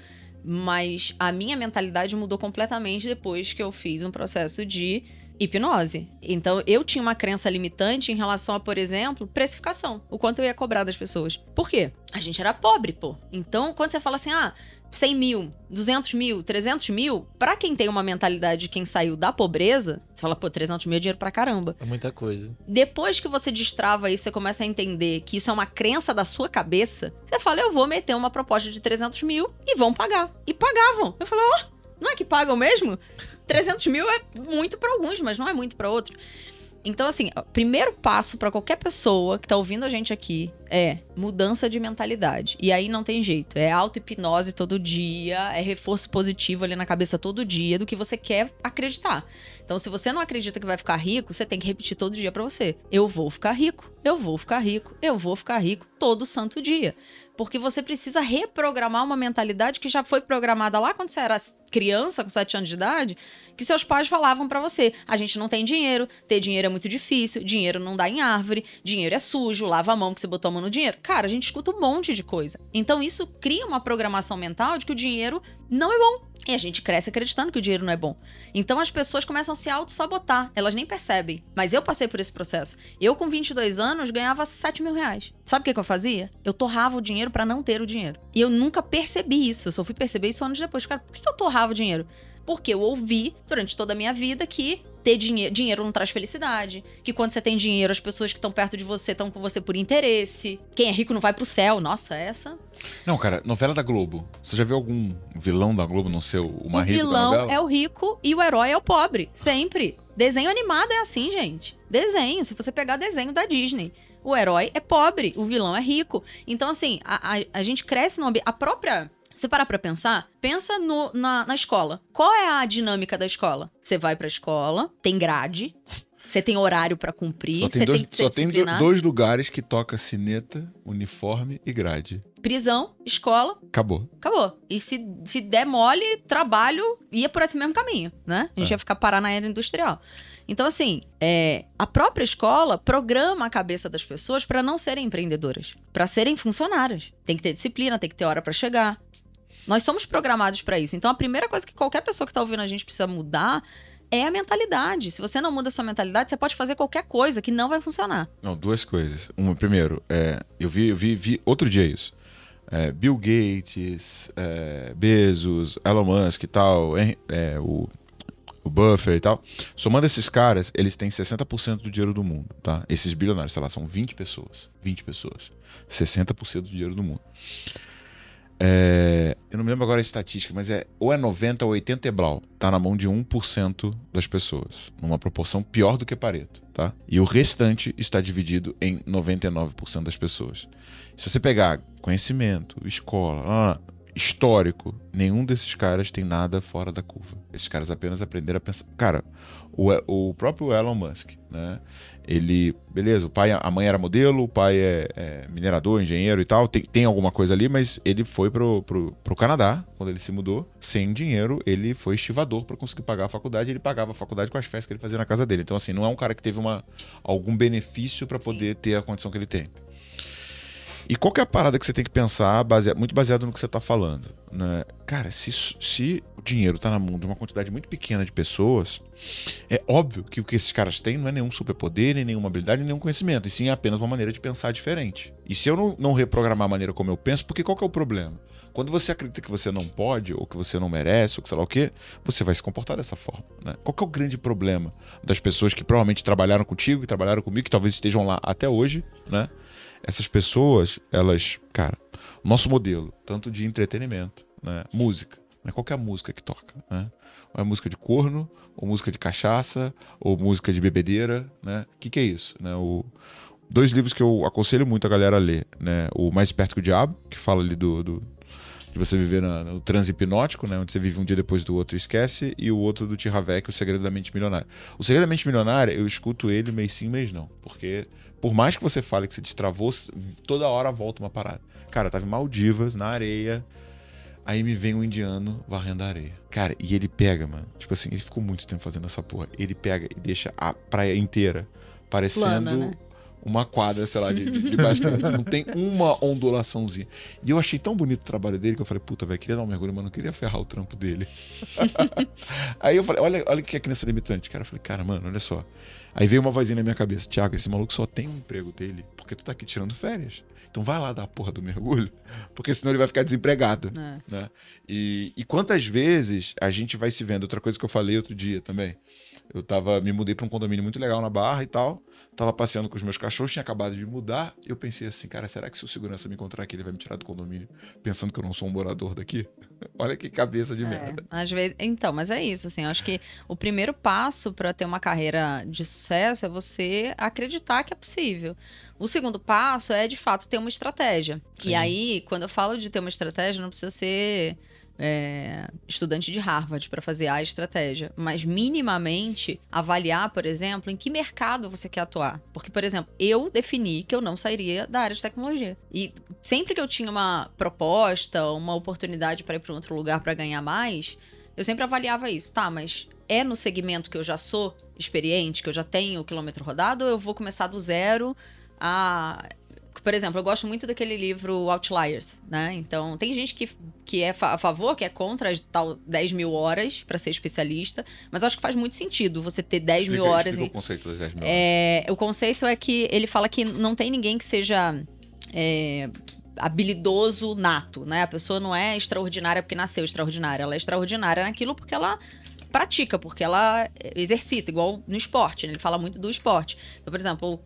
Mas a minha mentalidade mudou completamente depois que eu fiz um processo de hipnose. Então, eu tinha uma crença limitante em relação a, por exemplo, precificação. O quanto eu ia cobrar das pessoas. Por quê? A gente era pobre, pô. Então, quando você fala assim, 100 mil, 200 mil, 300 mil, pra quem tem uma mentalidade de quem saiu da pobreza, você fala, pô, 300 mil é dinheiro pra caramba. É muita coisa. Depois que você destrava isso, você começa a entender que isso é uma crença da sua cabeça, você fala, eu vou meter uma proposta de 300 mil e vão pagar. E pagavam. Eu falei, não é que pagam mesmo? 300 mil é muito pra alguns, mas não é muito pra outros. Então, assim, o primeiro passo pra qualquer pessoa que tá ouvindo a gente aqui é mudança de mentalidade. E aí não tem jeito. É auto-hipnose todo dia, é reforço positivo ali na cabeça todo dia do que você quer acreditar. Então, se você não acredita que vai ficar rico, você tem que repetir todo dia pra você. Eu vou ficar rico, eu vou ficar rico, eu vou ficar rico todo santo dia. Porque você precisa reprogramar uma mentalidade que já foi programada lá quando você era criança, com 7 anos de idade, que seus pais falavam pra você, a gente não tem dinheiro, ter dinheiro é muito difícil, dinheiro não dá em árvore, dinheiro é sujo, lava a mão que você botou a mão no dinheiro. Cara, a gente escuta um monte de coisa. Então isso cria uma programação mental de que o dinheiro não é bom. E a gente cresce acreditando que o dinheiro não é bom. Então as pessoas começam a se auto-sabotar. Elas nem percebem. Mas eu passei por esse processo. Eu, com 22 anos, ganhava 7 mil reais. Sabe o que eu fazia? Eu torrava o dinheiro pra não ter o dinheiro. E eu nunca percebi isso. Eu só fui perceber isso anos depois. Cara, por que eu torrava o dinheiro? Porque eu ouvi, durante toda a minha vida, que ter dinheiro não traz felicidade. Que quando você tem dinheiro, as pessoas que estão perto de você estão com você por interesse. Quem é rico não vai pro céu. Nossa, essa... Não, cara, novela da Globo. Você já viu algum vilão da Globo não ser o mais rico da novela? O vilão é o rico e o herói é o pobre. Sempre. Desenho animado é assim, gente. Desenho. Se você pegar desenho da Disney, o herói é pobre, o vilão é rico. Então, assim, a gente cresce no ambiente... A própria... Você parar pra pensar, pensa na escola. Qual é a dinâmica da escola? Você vai pra escola, tem grade, você tem horário pra cumprir, você tem que ser disciplinado. Só tem 2 lugares que toca sineta, uniforme e grade. Prisão, escola. Acabou. E se der mole, trabalho ia por esse mesmo caminho, né? A gente ia ficar parar na era industrial. Então, assim, a própria escola programa a cabeça das pessoas pra não serem empreendedoras, pra serem funcionárias. Tem que ter disciplina, tem que ter hora pra chegar. Nós somos programados pra isso. Então, a primeira coisa que qualquer pessoa que tá ouvindo a gente precisa mudar é a mentalidade. Se você não muda a sua mentalidade, você pode fazer qualquer coisa que não vai funcionar. Não, 2 coisas. Uma, primeiro, eu vi outro dia isso. Bill Gates, Bezos, Elon Musk e tal, o Buffett e tal. Somando esses caras, eles têm 60% do dinheiro do mundo, tá? Esses bilionários, sei lá, são 20 pessoas. 60% do dinheiro do mundo. Eu não me lembro agora a estatística, mas ou é 90 ou 80 eblau. Tá na mão de 1% das pessoas. Numa proporção pior do que Pareto, tá? E o restante está dividido em 99% das pessoas. Se você pegar conhecimento, escola, histórico, nenhum desses caras tem nada fora da curva. Esses caras apenas aprenderam a pensar. Cara, o próprio Elon Musk, né? Ele, beleza, a mãe era modelo, o pai é minerador, engenheiro e tal, tem alguma coisa ali, mas ele foi pro Canadá, quando ele se mudou, sem dinheiro, ele foi estivador para conseguir pagar a faculdade, ele pagava a faculdade com as festas que ele fazia na casa dele. Então, assim, não é um cara que teve algum benefício para poder ter a condição que ele tem. E qual que é a parada que você tem que pensar, muito baseado no que você tá falando, né? Cara, se o dinheiro tá na mão de uma quantidade muito pequena de pessoas, é óbvio que o que esses caras têm não é nenhum superpoder, nem nenhuma habilidade, nem nenhum conhecimento, e sim é apenas uma maneira de pensar diferente. E se eu não reprogramar a maneira como eu penso, porque qual que é o problema? Quando você acredita que você não pode, ou que você não merece, ou que sei lá o quê, você vai se comportar dessa forma, né? Qual que é o grande problema das pessoas que provavelmente trabalharam contigo, que trabalharam comigo, que talvez estejam lá até hoje, né? Essas pessoas, elas, cara, nosso modelo, tanto de entretenimento, né? Música, né? Qual que é a música que toca, né? Ou é música de corno, ou música de cachaça, ou música de bebedeira, né? O que é isso, né? 2 livros que eu aconselho muito a galera a ler, né? O Mais Esperto que o Diabo, que fala ali de você viver no transe hipnótico, né? Onde você vive um dia depois do outro e esquece, e o outro do T. Havek, O Segredo da Mente Milionária. O Segredo da Mente Milionária, eu escuto ele mês sim, mês não, porque por mais que você fale que você destravou, toda hora volta uma parada. Cara, eu tava em Maldivas, na areia, aí me vem um indiano varrendo a areia. Cara, e ele pega, mano, tipo assim, ele ficou muito tempo fazendo essa porra. Ele pega e deixa a praia inteira parecendo... Plana, né? uma quadra, sei lá, de basquete. Não tem uma ondulaçãozinha. E eu achei tão bonito o trabalho dele que eu falei, puta, velho, queria dar um mergulho, mas não queria ferrar o trampo dele. Aí eu falei, olha que crença limitante, cara. Eu falei, cara, mano, olha só. Aí veio uma vozinha na minha cabeça, Thiago, esse maluco só tem um emprego dele porque tu tá aqui tirando férias. Então vai lá dar a porra do mergulho, porque senão ele vai ficar desempregado. Né? E quantas vezes a gente vai se vendo? Outra coisa que eu falei outro dia também. Me mudei pra um condomínio muito legal na Barra e tal. Tava passeando com os meus cachorros, tinha acabado de mudar. Eu pensei assim, cara, será que se o segurança me encontrar aqui, ele vai me tirar do condomínio pensando que eu não sou um morador daqui? Olha que cabeça de merda. Às vezes, então, mas é isso, assim, eu acho que o primeiro passo para ter uma carreira de sucesso é você acreditar que é possível. O segundo passo é, de fato, ter uma estratégia. Sim. E aí, quando eu falo de ter uma estratégia, não precisa ser estudante de Harvard para fazer a estratégia, mas minimamente avaliar, por exemplo, em que mercado você quer atuar. Porque, por exemplo, eu defini que eu não sairia da área de tecnologia. E sempre que eu tinha uma proposta, uma oportunidade para ir para um outro lugar para ganhar mais, eu sempre avaliava isso. Tá, mas é no segmento que eu já sou experiente, que eu já tenho o quilômetro rodado, ou eu vou começar do zero a... Por exemplo, eu gosto muito daquele livro Outliers, né? Então, tem gente que é a favor, que é contra as tal 10 mil horas para ser especialista, mas eu acho que faz muito sentido você ter 10 mil horas. Explica o conceito das 10 mil horas. O conceito é que ele fala que não tem ninguém que seja habilidoso nato, né? A pessoa não é extraordinária porque nasceu extraordinária, ela é extraordinária naquilo porque ela pratica, porque ela exercita, igual no esporte, né? Ele fala muito do esporte. Então, por exemplo,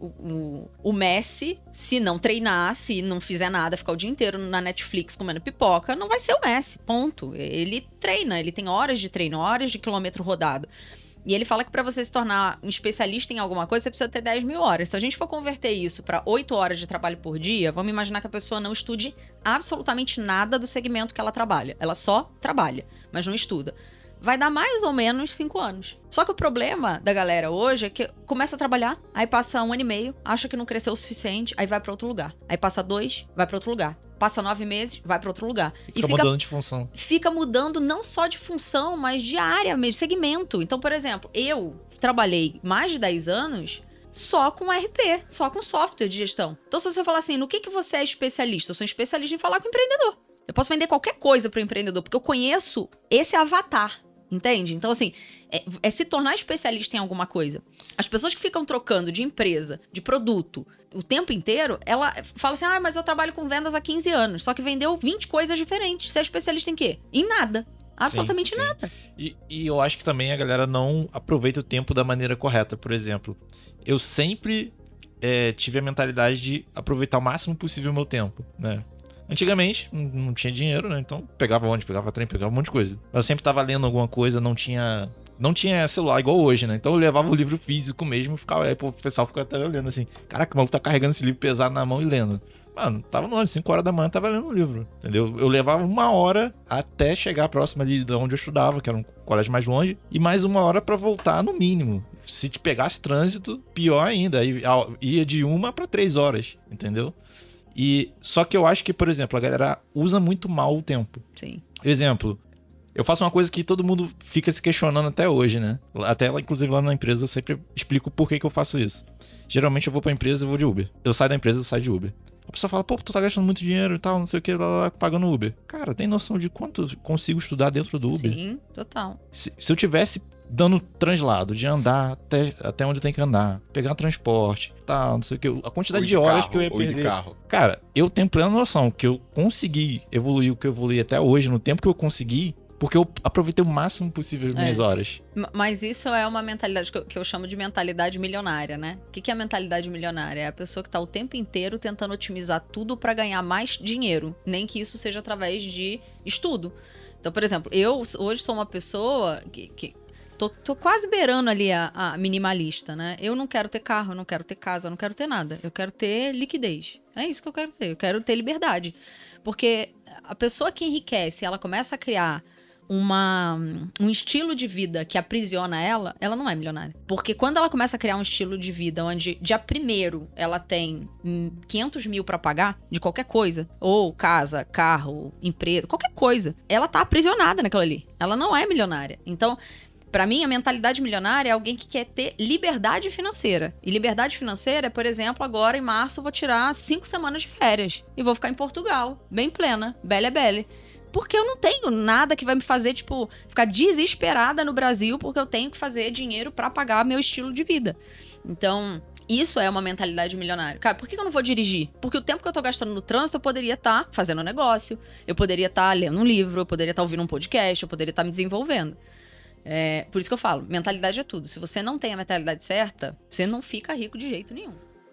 o Messi, se não treinar, se não fizer nada, ficar o dia inteiro na Netflix comendo pipoca, não vai ser o Messi, ponto. Ele treina, ele tem horas de treino, horas de quilômetro rodado. E ele fala que para você se tornar um especialista em alguma coisa, você precisa ter 10 mil horas. Se a gente for converter isso para 8 horas de trabalho por dia, vamos imaginar que a pessoa não estude absolutamente nada do segmento que ela trabalha. Ela só trabalha, mas não estuda. Vai dar mais ou menos 5 anos. Só que o problema da galera hoje é que começa a trabalhar, aí passa 1 ano e meio, acha que não cresceu o suficiente, aí vai pra outro lugar. Aí passa 2, vai pra outro lugar. Passa 9 meses, vai pra outro lugar. E fica mudando de função. Fica mudando não só de função, mas de área mesmo, de segmento. Então, por exemplo, eu trabalhei mais de 10 anos só com RP, só com software de gestão. Então, se você falar assim, no que você é especialista? Eu sou especialista em falar com o empreendedor. Eu posso vender qualquer coisa pro empreendedor, porque eu conheço esse avatar. Entende? Então, assim, é se tornar especialista em alguma coisa. As pessoas que ficam trocando de empresa, de produto, o tempo inteiro, ela fala assim, mas eu trabalho com vendas há 15 anos, só que vendeu 20 coisas diferentes. Você é especialista em quê? Em nada. Absolutamente sim. nada. E eu acho que também a galera não aproveita o tempo da maneira correta. Por exemplo, eu sempre tive a mentalidade de aproveitar o máximo possível o meu tempo, né? Antigamente, não tinha dinheiro, né? Então, pegava ônibus, pegava trem, pegava um monte de coisa. Eu sempre tava lendo alguma coisa, não tinha celular igual hoje, né? Então eu levava o livro físico mesmo e ficava... Aí o pessoal ficava até olhando assim, caraca, o maluco tá carregando esse livro pesado na mão e lendo. Mano, tava no ônibus, 5 horas da manhã, tava lendo um livro, entendeu? Eu levava 1 hora até chegar próximo ali de onde eu estudava, que era um colégio mais longe, e mais 1 hora pra voltar no mínimo. Se te pegasse trânsito, pior ainda. Aí ia de 1 pra 3 horas, entendeu? E só que eu acho que, por exemplo, a galera usa muito mal o tempo. Sim. Exemplo, eu faço uma coisa que todo mundo fica se questionando até hoje, né? Até, inclusive, lá na empresa eu sempre explico por que eu faço isso. Geralmente eu vou pra empresa e vou de Uber. Eu saio da empresa e saio de Uber. A pessoa fala, tu tá gastando muito dinheiro e tal, não sei o que, pagando Uber. Cara, tem noção de quanto eu consigo estudar dentro do Uber? Sim, total. Se eu tivesse dando translado, de andar até onde eu tenho que andar, pegar transporte, tal, não sei o que, a quantidade de horas que eu ia perder. De carro. Cara, eu tenho plena noção que eu consegui evoluir o que eu evoluí até hoje, no tempo que eu consegui, porque eu aproveitei o máximo possível as minhas horas. Mas isso é uma mentalidade que eu chamo de mentalidade milionária, né? O que é a mentalidade milionária? É a pessoa que tá o tempo inteiro tentando otimizar tudo para ganhar mais dinheiro, nem que isso seja através de estudo. Então, por exemplo, eu hoje sou uma pessoa que tô quase beirando ali a minimalista, né? Eu não quero ter carro, eu não quero ter casa, eu não quero ter nada. Eu quero ter liquidez. É isso que eu quero ter. Eu quero ter liberdade. Porque a pessoa que enriquece, ela começa a criar um estilo de vida que aprisiona ela não é milionária. Porque quando ela começa a criar um estilo de vida onde, dia primeiro, ela tem 500 mil pra pagar de qualquer coisa, ou casa, carro, empresa, qualquer coisa, ela tá aprisionada naquilo ali. Ela não é milionária. Então, Pra mim, a mentalidade milionária é alguém que quer ter liberdade financeira. E liberdade financeira é, por exemplo, agora em março eu vou tirar 5 semanas de férias. E vou ficar em Portugal, bem plena, bele. Porque eu não tenho nada que vai me fazer, tipo, ficar desesperada no Brasil porque eu tenho que fazer dinheiro pra pagar meu estilo de vida. Então, isso é uma mentalidade milionária. Cara, por que eu não vou dirigir? Porque o tempo que eu tô gastando no trânsito, eu poderia estar fazendo um negócio, eu poderia estar lendo um livro, eu poderia estar ouvindo um podcast, eu poderia estar me desenvolvendo. Por isso que eu falo, mentalidade é tudo. Se você não tem a mentalidade certa, você não fica rico de jeito nenhum.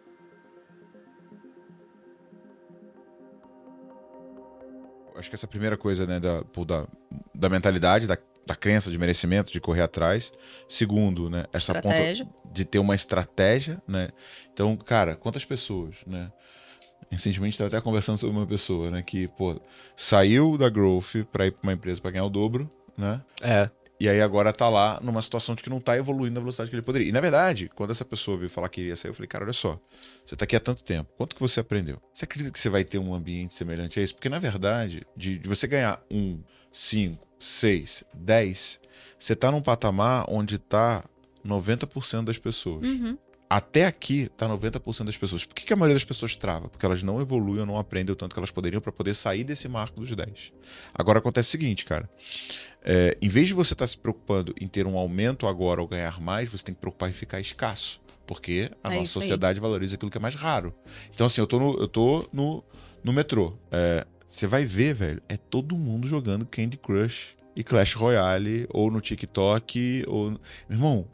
Acho que essa primeira coisa, né, da mentalidade, da crença de merecimento, de correr atrás. Segundo, né, essa ponta de ter uma estratégia, né? Então, cara, quantas pessoas, né? Recentemente estava até conversando sobre uma pessoa, né, que, pô, saiu da Growth para ir para uma empresa para ganhar o dobro, né? E aí agora tá lá numa situação de que não tá evoluindo na velocidade que ele poderia. E na verdade, quando essa pessoa veio falar que iria sair, eu falei, cara, olha só, você tá aqui há tanto tempo, quanto que você aprendeu? Você acredita que você vai ter um ambiente semelhante a isso? Porque na verdade, de você ganhar 1, 5, 6, 10, você tá num patamar onde tá 90% das pessoas. Até aqui tá 90% das pessoas. Por que a maioria das pessoas trava? Porque elas não evoluem ou não aprendem o tanto que elas poderiam para poder sair desse marco dos 10. Agora acontece o seguinte, cara. Em vez de você estar se preocupando em ter um aumento agora ou ganhar mais, você tem que preocupar em ficar escasso. Porque a nossa sociedade valoriza aquilo que é mais raro. Então, assim, eu tô no metrô. Você vai ver, velho, é todo mundo jogando Candy Crush e Clash Royale, ou no TikTok, ou... Meu irmão,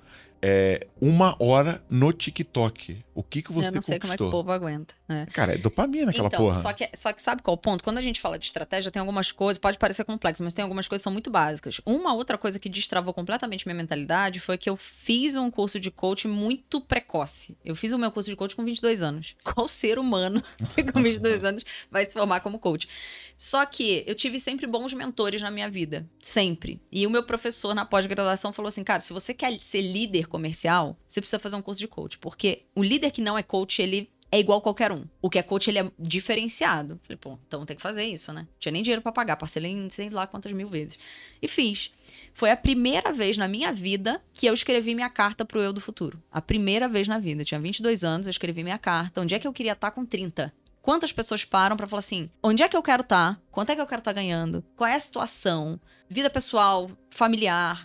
1 hora no TikTok. O que você conquistou? Eu não sei como é que o povo aguenta. Cara, é dopamina aquela porra. Só que sabe qual é o ponto? Quando a gente fala de estratégia, tem algumas coisas, pode parecer complexo, mas tem algumas coisas que são muito básicas. Uma outra coisa que destravou completamente minha mentalidade foi que eu fiz um curso de coaching muito precoce. Eu fiz o meu curso de coaching com 22 anos. Qual ser humano com 22 anos vai se formar como coach? Só que eu tive sempre bons mentores na minha vida. Sempre. E o meu professor na pós-graduação falou assim, cara, se você quer ser líder comercial, você precisa fazer um curso de coach. Porque o líder que não é coach, ele é igual a qualquer um. O que é coach, ele é diferenciado. Falei, pô, então tem que fazer isso, né? Tinha nem dinheiro pra pagar, parcelei em sei lá quantas mil vezes. E fiz. Foi a primeira vez na minha vida que eu escrevi minha carta pro eu do futuro. A primeira vez na vida. Eu tinha 22 anos, eu escrevi minha carta. Onde é que eu queria estar com 30? Quantas pessoas param pra falar assim, onde é que eu quero estar? Quanto é que eu quero estar ganhando? Qual é a situação? Vida pessoal, familiar,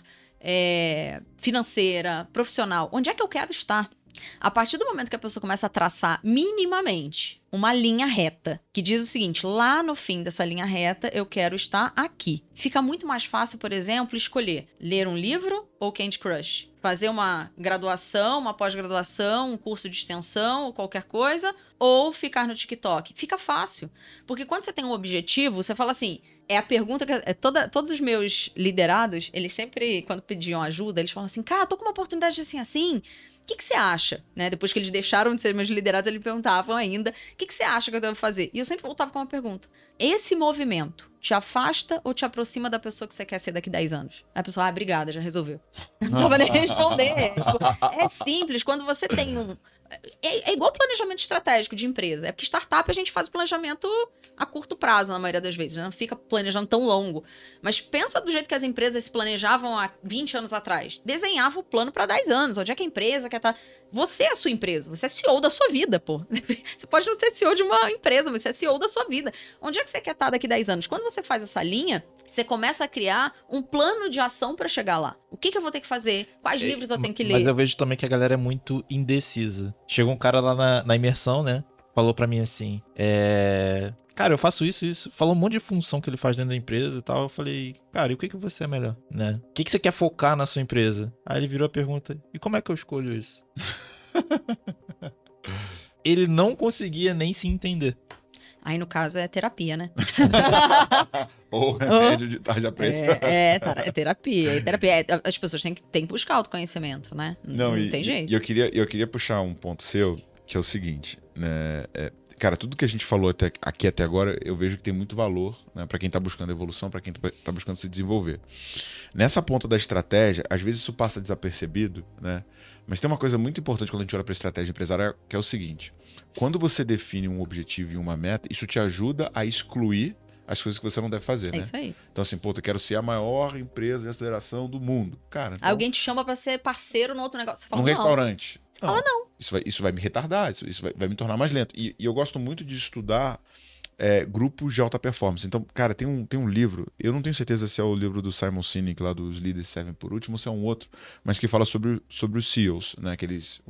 financeira, profissional. Onde é que eu quero estar? A partir do momento que a pessoa começa a traçar minimamente uma linha reta, que diz o seguinte, lá no fim dessa linha reta, eu quero estar aqui. Fica muito mais fácil, por exemplo, escolher ler um livro ou Candy Crush. Fazer uma graduação, uma pós-graduação, um curso de extensão ou qualquer coisa, ou ficar no TikTok. Fica fácil. Porque quando você tem um objetivo, você fala assim... É a pergunta que... todos os meus liderados, eles sempre, quando pediam ajuda, eles falam assim, cara, tô com uma oportunidade assim... O que você acha? Né? Depois que eles deixaram de ser meus liderados, eles perguntavam ainda, o que você acha que eu devo fazer? E eu sempre voltava com uma pergunta. Esse movimento te afasta ou te aproxima da pessoa que você quer ser daqui 10 anos? Aí a pessoa, obrigada, já resolveu. Não vou nem responder. É simples, quando você tem um... É igual planejamento estratégico de empresa. É porque startup a gente faz o planejamento a curto prazo, na maioria das vezes. Não fica planejando tão longo. Mas pensa do jeito que as empresas se planejavam há 20 anos atrás. Desenhava o plano para 10 anos. Onde é que a empresa quer estar... Você é a sua empresa. Você é CEO da sua vida, pô. Você pode não ser CEO de uma empresa, mas você é CEO da sua vida. Onde é que você quer estar daqui 10 anos? Quando você faz essa linha... Você começa a criar um plano de ação pra chegar lá. O que eu vou ter que fazer? Quais livros eu tenho que ler? Mas eu vejo também que a galera é muito indecisa. Chegou um cara lá na imersão, né? Falou pra mim assim, cara, eu faço isso. Falou um monte de função que ele faz dentro da empresa e tal. Eu falei, cara, e o que você é melhor, né? O que você quer focar na sua empresa? Aí ele virou a pergunta, e como é que eu escolho isso? Ele não conseguia nem se entender. Aí, no caso, é terapia, né? Ou remédio de tarja preta. É terapia. As pessoas têm que buscar autoconhecimento, né? Não tem jeito. E eu queria puxar um ponto seu, que é o seguinte, né? Cara, tudo que a gente falou aqui até agora, eu vejo que tem muito valor, né, para quem tá buscando evolução, para quem tá buscando se desenvolver. Nessa ponta da estratégia, às vezes isso passa desapercebido, né? Mas tem uma coisa muito importante quando a gente olha para estratégia empresarial, que é o seguinte: quando você define um objetivo e uma meta, isso te ajuda a excluir as coisas que você não deve fazer, É né? isso aí. Então assim, pô, eu quero ser a maior empresa de aceleração do mundo. Cara, então, Alguém te chama pra ser parceiro no outro negócio. Você fala, num não. restaurante. Você fala, não. Isso vai me retardar, isso vai me tornar mais lento. E eu gosto muito de estudar grupos de alta performance. Então, cara, tem um livro, eu não tenho certeza se é o livro do Simon Sinek, lá dos líderes servem por último, ou se é um outro, mas que fala sobre os SEALs, né?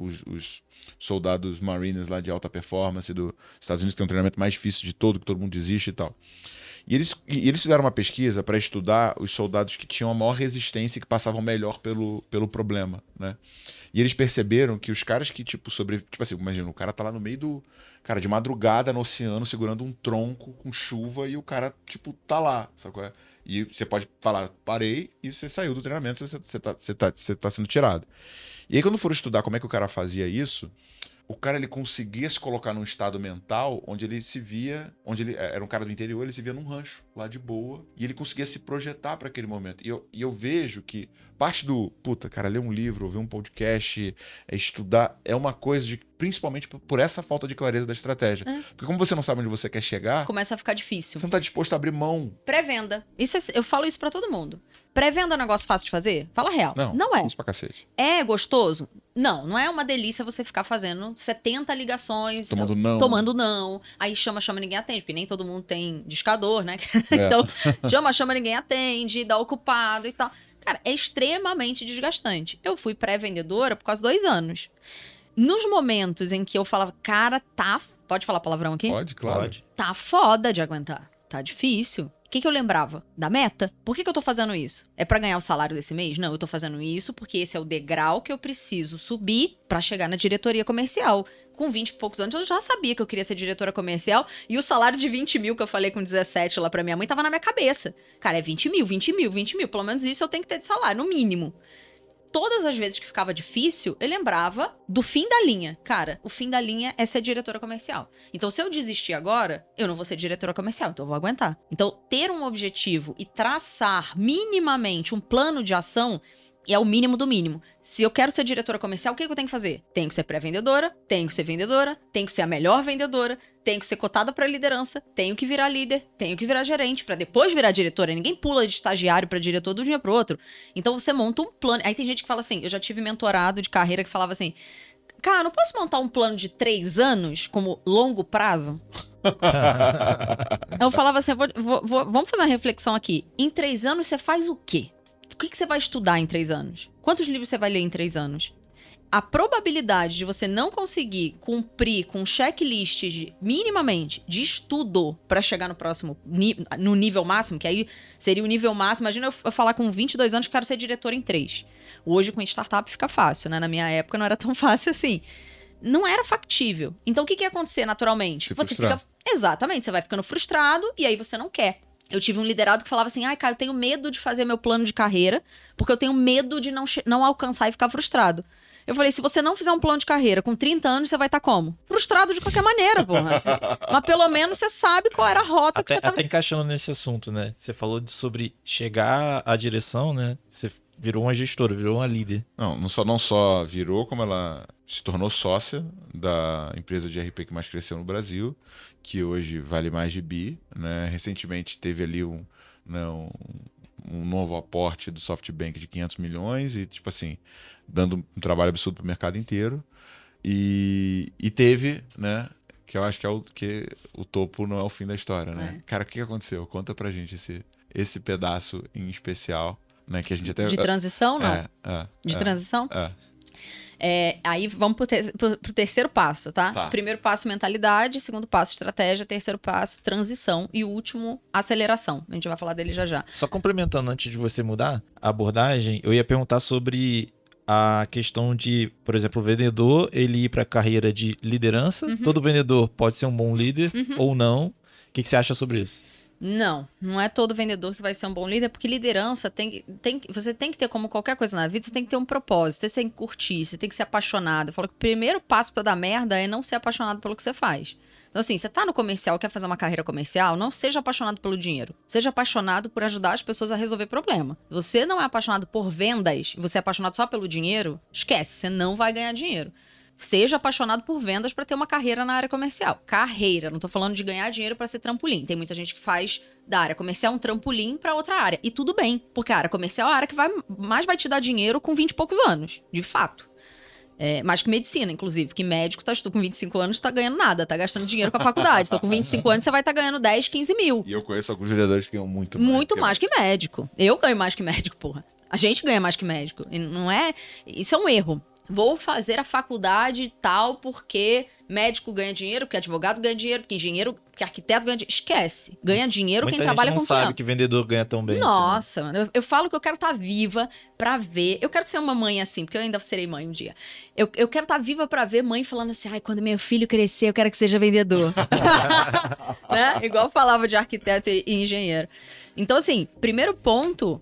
Os soldados marines lá de alta performance dos Estados Unidos, que tem um treinamento mais difícil de todo, que todo mundo desiste e tal. E eles fizeram uma pesquisa para estudar os soldados que tinham a maior resistência e que passavam melhor pelo problema, né? E eles perceberam que os caras que, tipo assim, imagina, o cara tá lá no meio do... Cara, de madrugada no oceano, segurando um tronco com chuva e o cara, tipo, tá lá, sabe qual é? E você pode falar, parei, e você saiu do treinamento, você tá sendo tirado. E aí, quando foram estudar como é que o cara fazia isso, o cara, ele conseguia se colocar num estado mental onde ele se via, onde ele era um cara do interior, ele se via num rancho, lá de boa, e ele conseguia se projetar para aquele momento. E eu vejo que parte do, cara, ler um livro, ouvir um podcast, estudar, é uma coisa de, principalmente por essa falta de clareza da estratégia. Porque como você não sabe onde você quer chegar, Começa a ficar difícil. você não tá disposto a abrir mão. Pré-venda. Eu falo isso pra todo mundo. Pré-venda é um negócio fácil de fazer? Fala real. Não é. Isso pra cacete. É gostoso? Não é uma delícia você ficar fazendo 70 ligações. Tomando não. Aí chama, ninguém atende, porque nem todo mundo tem discador, né? Então, chama, ninguém atende, dá ocupado e tal. Cara, é extremamente desgastante. Eu fui pré-vendedora por quase 2 anos. Nos momentos em que eu falava, cara, Pode falar palavrão aqui? Pode, claro. Pode. Tá foda de aguentar. Tá difícil. O que eu lembrava? Da meta. Por que eu tô fazendo isso? É pra ganhar o salário desse mês? Não, eu tô fazendo isso porque esse é o degrau que eu preciso subir pra chegar na diretoria comercial. Com 20 e poucos anos, eu já sabia que eu queria ser diretora comercial. E o salário de 20 mil que eu falei com 17 lá pra minha mãe tava na minha cabeça. Cara, é 20 mil. Pelo menos isso eu tenho que ter de salário, no mínimo. Todas as vezes que ficava difícil, eu lembrava do fim da linha. Cara, o fim da linha é ser diretora comercial. Então, se eu desistir agora, eu não vou ser diretora comercial, então eu vou aguentar. Então, ter um objetivo e traçar minimamente um plano de ação é o mínimo do mínimo. Se eu quero ser diretora comercial, o que eu tenho que fazer? Tenho que ser pré-vendedora, tenho que ser vendedora, tenho que ser a melhor vendedora, tenho que ser cotada para liderança, tenho que virar líder, tenho que virar gerente, para depois virar diretora. Ninguém pula de estagiário para diretor de um dia pro outro. Então você monta um plano. Aí tem gente que fala assim, eu já tive mentorado de carreira que falava assim, cara, não posso montar um plano de 3 anos como longo prazo? Eu falava assim, vamos fazer uma reflexão aqui. Em 3 anos você faz o quê? O que você vai estudar em 3 anos? Quantos livros você vai ler em 3 anos? A probabilidade de você não conseguir cumprir com checklists minimamente de estudo para chegar no nível máximo, que aí seria o nível máximo. Imagina eu falar com 22 anos que quero ser diretora em 3. Hoje com startup fica fácil, né? Na minha época não era tão fácil assim. Não era factível. Então o que ia acontecer naturalmente? Você fica... Exatamente, você vai ficando frustrado e aí você não quer. Eu tive um liderado que falava assim, cara, eu tenho medo de fazer meu plano de carreira, porque eu tenho medo de não alcançar e ficar frustrado. Eu falei, se você não fizer um plano de carreira com 30 anos, você vai estar como? Frustrado de qualquer maneira, porra. Mas pelo menos você sabe qual era a rota que você tá... Até encaixando nesse assunto, né? Você falou sobre chegar à direção, né? Você virou uma gestora, virou uma líder. Não só virou, como ela se tornou sócia da empresa de RP que mais cresceu no Brasil, que hoje vale mais de bi, né? Recentemente teve ali um novo aporte do SoftBank de 500 milhões e, tipo assim, dando um trabalho absurdo para o mercado inteiro. E teve, né? Que eu acho que o topo não é o fim da história, né? Cara, o que aconteceu? Conta pra gente esse pedaço em especial, né? Que a gente até... De transição, não? De transição? Aí vamos pro terceiro passo, tá? Primeiro passo, mentalidade. Segundo passo, estratégia. Terceiro passo, transição. E o último, aceleração. A gente vai falar dele já já. Só complementando, antes de você mudar a abordagem, eu ia perguntar sobre a questão de, por exemplo, o vendedor, ele ir para a carreira de liderança. Todo vendedor pode ser um bom líder ou não. O que você acha sobre isso? Não é todo vendedor que vai ser um bom líder, porque liderança você tem que ter, como qualquer coisa na vida, você tem que ter um propósito, você tem que curtir, você tem que ser apaixonado. Eu falo que o primeiro passo pra dar merda é não ser apaixonado pelo que você faz. Então assim, você tá no comercial, quer fazer uma carreira comercial, não seja apaixonado pelo dinheiro. Seja apaixonado por ajudar as pessoas a resolver problema. Se você não é apaixonado por vendas, e você é apaixonado só pelo dinheiro, esquece, você não vai ganhar dinheiro. Seja apaixonado por vendas para ter uma carreira na área comercial. Carreira, não tô falando de ganhar dinheiro para ser trampolim. Tem muita gente que faz da área comercial um trampolim para outra área. E tudo bem, porque a área comercial é a área que mais vai te dar dinheiro com 20 e poucos anos, de fato. Mais que medicina, inclusive, que médico, tu com 25 anos, tá ganhando nada, tá gastando dinheiro com a faculdade. Então, com 25 anos, você vai estar ganhando 10, 15 mil. E eu conheço alguns vendedores que ganham muito mais. Muito mais que médico. Eu ganho mais que médico, porra. A gente ganha mais que médico. E não é... Isso é um erro. Vou fazer a faculdade e tal porque médico ganha dinheiro, porque advogado ganha dinheiro, porque engenheiro, porque arquiteto ganha dinheiro. Esquece. Ganha dinheiro Muita quem trabalha com gente não sabe que vendedor ganha tão bem. Nossa, mano, eu falo que eu quero estar viva pra ver. Eu quero ser uma mãe assim, porque eu ainda serei mãe um dia. Eu quero estar viva pra ver mãe falando assim: ai, quando meu filho crescer, eu quero que seja vendedor. Né? Igual falava de arquiteto e engenheiro. Então, assim, primeiro ponto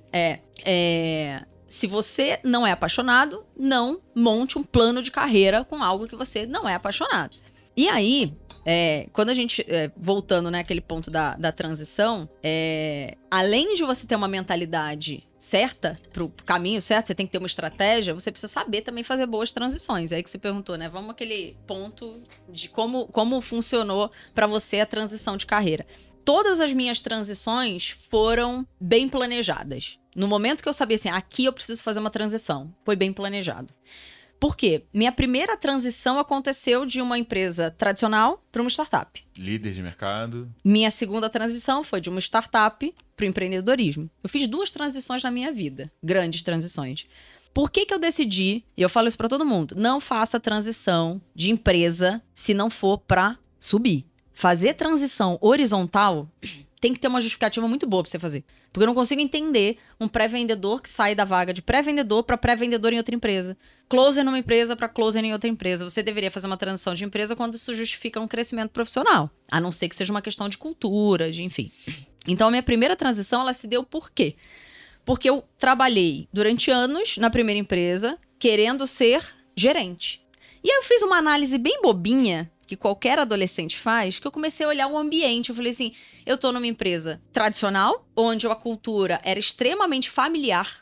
se você não é apaixonado, não monte um plano de carreira com algo que você não é apaixonado. E aí, quando a gente... voltando, né, aquele ponto da transição, além de você ter uma mentalidade certa, pro caminho certo, você tem que ter uma estratégia, você precisa saber também fazer boas transições. É aí que você perguntou, né? Vamos àquele ponto de como funcionou pra você a transição de carreira. Todas as minhas transições foram bem planejadas. No momento que eu sabia assim, aqui eu preciso fazer uma transição, foi bem planejado. Por quê? Minha primeira transição aconteceu de uma empresa tradicional para uma startup. Líder de mercado. Minha segunda transição foi de uma startup para o empreendedorismo. Eu fiz 2 transições na minha vida, grandes transições. Por que eu decidi, e eu falo isso para todo mundo, não faça transição de empresa se não for para subir. Fazer transição horizontal tem que ter uma justificativa muito boa pra você fazer. Porque eu não consigo entender um pré-vendedor que sai da vaga de pré-vendedor para pré-vendedor em outra empresa. Closer numa empresa para closer em outra empresa. Você deveria fazer uma transição de empresa quando isso justifica um crescimento profissional. A não ser que seja uma questão de cultura, de enfim. Então, a minha primeira transição, ela se deu por quê? Porque eu trabalhei durante anos na primeira empresa querendo ser gerente. E aí eu fiz uma análise bem bobinha que qualquer adolescente faz, que eu comecei a olhar o ambiente. Eu falei assim, eu tô numa empresa tradicional, onde a cultura era extremamente familiar,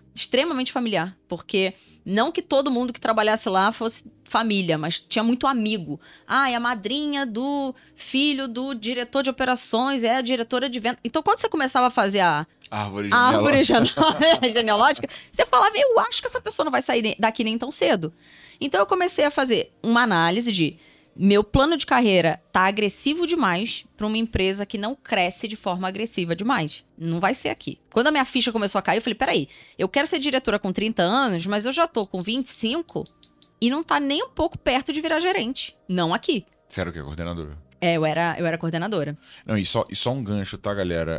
porque não que todo mundo que trabalhasse lá fosse família, mas tinha muito amigo. É a madrinha do filho do diretor de operações, é a diretora de venda. Então, quando você começava a fazer a árvore genealógica, você falava, eu acho que essa pessoa não vai sair daqui nem tão cedo. Então, eu comecei a fazer uma análise de meu plano de carreira tá agressivo demais para uma empresa que não cresce de forma agressiva demais. Não vai ser aqui. Quando a minha ficha começou a cair, eu falei, peraí, eu quero ser diretora com 30 anos, mas eu já tô com 25 e não tá nem um pouco perto de virar gerente. Não aqui. Você era o quê? Coordenadora? Eu era coordenadora. Não, e só um gancho, tá, galera?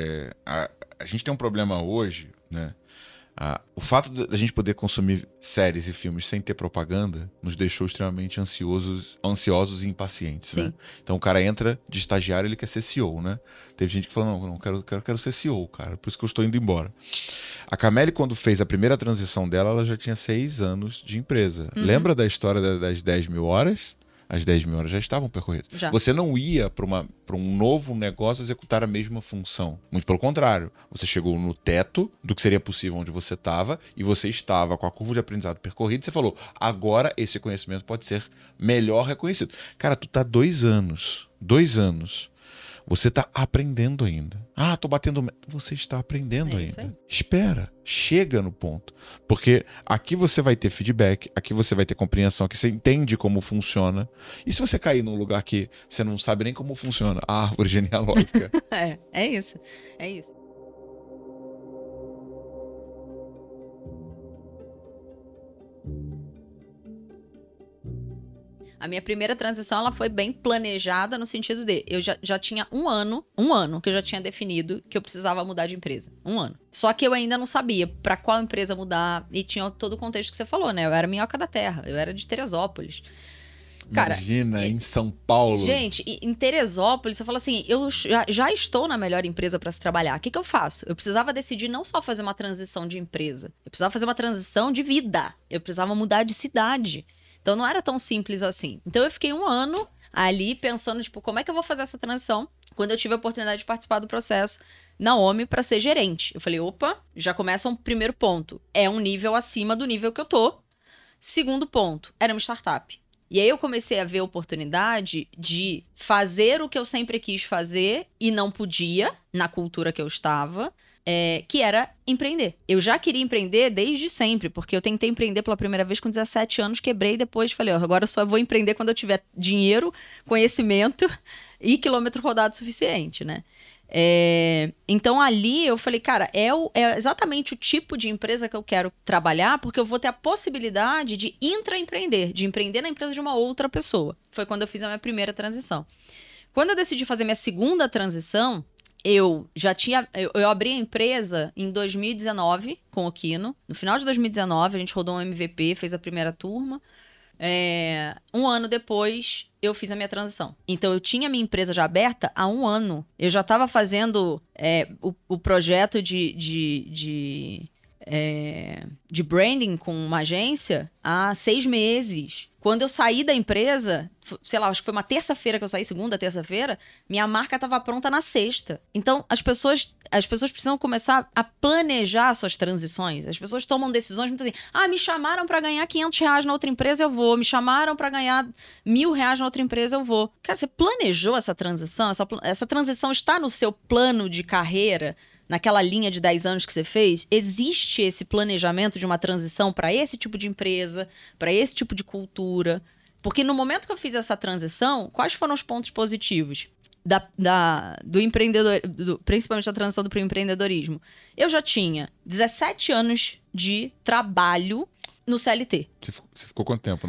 A gente tem um problema hoje, né? O fato da gente poder consumir séries e filmes sem ter propaganda nos deixou extremamente ansiosos e impacientes, né? Então o cara entra de estagiário, ele quer ser CEO, né? Teve gente que falou, não, quero ser CEO, cara, por isso que eu estou indo embora. A Cameli, quando fez a primeira transição dela, ela já tinha 6 anos de empresa. Lembra da história das 10 mil horas? As 10 mil horas já estavam percorridas. Já. Você não ia para um novo negócio executar a mesma função. Muito pelo contrário. Você chegou no teto do que seria possível onde você estava e você estava com a curva de aprendizado percorrida e você falou, agora esse conhecimento pode ser melhor reconhecido. Cara, tu tá 2 anos. 2 anos. Você está aprendendo ainda. Tô batendo... Você está aprendendo ainda. Espera. Chega no ponto. Porque aqui você vai ter feedback, aqui você vai ter compreensão, aqui você entende como funciona. E se você cair num lugar que você não sabe nem como funciona a árvore genealógica? É isso. É isso. A minha primeira transição, ela foi bem planejada no sentido de... Eu já tinha um ano que eu já tinha definido que eu precisava mudar de empresa. 1 ano. Só que eu ainda não sabia pra qual empresa mudar. E tinha todo o contexto que você falou, né? Eu era minhoca da terra. Eu era de Teresópolis. Cara, imagina, em São Paulo. Gente, em Teresópolis, você fala assim, eu já estou na melhor empresa pra se trabalhar. O que eu faço? Eu precisava decidir não só fazer uma transição de empresa. Eu precisava fazer uma transição de vida. Eu precisava mudar de cidade. Então, não era tão simples assim. Então, eu fiquei 1 ano ali pensando, tipo, como é que eu vou fazer essa transição? Quando eu tive a oportunidade de participar do processo na OMI para ser gerente. Eu falei, opa, já começa um primeiro ponto. É um nível acima do nível que eu tô. Segundo ponto, era uma startup. E aí eu comecei a ver a oportunidade de fazer o que eu sempre quis fazer e não podia, na cultura que eu estava, que era empreender. Eu já queria empreender desde sempre, porque eu tentei empreender pela primeira vez com 17 anos, quebrei e depois falei, agora eu só vou empreender quando eu tiver dinheiro, conhecimento e quilômetro rodado suficiente, né? Então ali eu falei, cara, é exatamente o tipo de empresa que eu quero trabalhar, porque eu vou ter a possibilidade de intraempreender, de empreender na empresa de uma outra pessoa. Foi quando eu fiz a minha primeira transição. Quando eu decidi fazer minha segunda transição, eu abri a empresa em 2019 com o Kino. No final de 2019 a gente rodou um MVP, fez a primeira turma. Um ano depois, eu fiz a minha transição. Então, eu tinha minha empresa já aberta há 1 ano. Eu já estava fazendo o projeto de branding com uma agência há 6 meses. Quando eu saí da empresa, sei lá, acho que foi uma terça-feira que eu saí, segunda, terça-feira, minha marca estava pronta na sexta. Então, as pessoas precisam começar a planejar suas transições. As pessoas tomam decisões muito assim, me chamaram para ganhar R$500 na outra empresa, eu vou. Me chamaram para ganhar R$1.000 na outra empresa, eu vou. Cara, você planejou essa transição? Essa transição está no seu plano de carreira? Naquela linha de 10 anos que você fez, existe esse planejamento de uma transição para esse tipo de empresa, para esse tipo de cultura? Porque no momento que eu fiz essa transição, quais foram os pontos positivos do empreendedor, principalmente da transição do empreendedorismo? Eu já tinha 17 anos de trabalho no CLT. Você ficou quanto tempo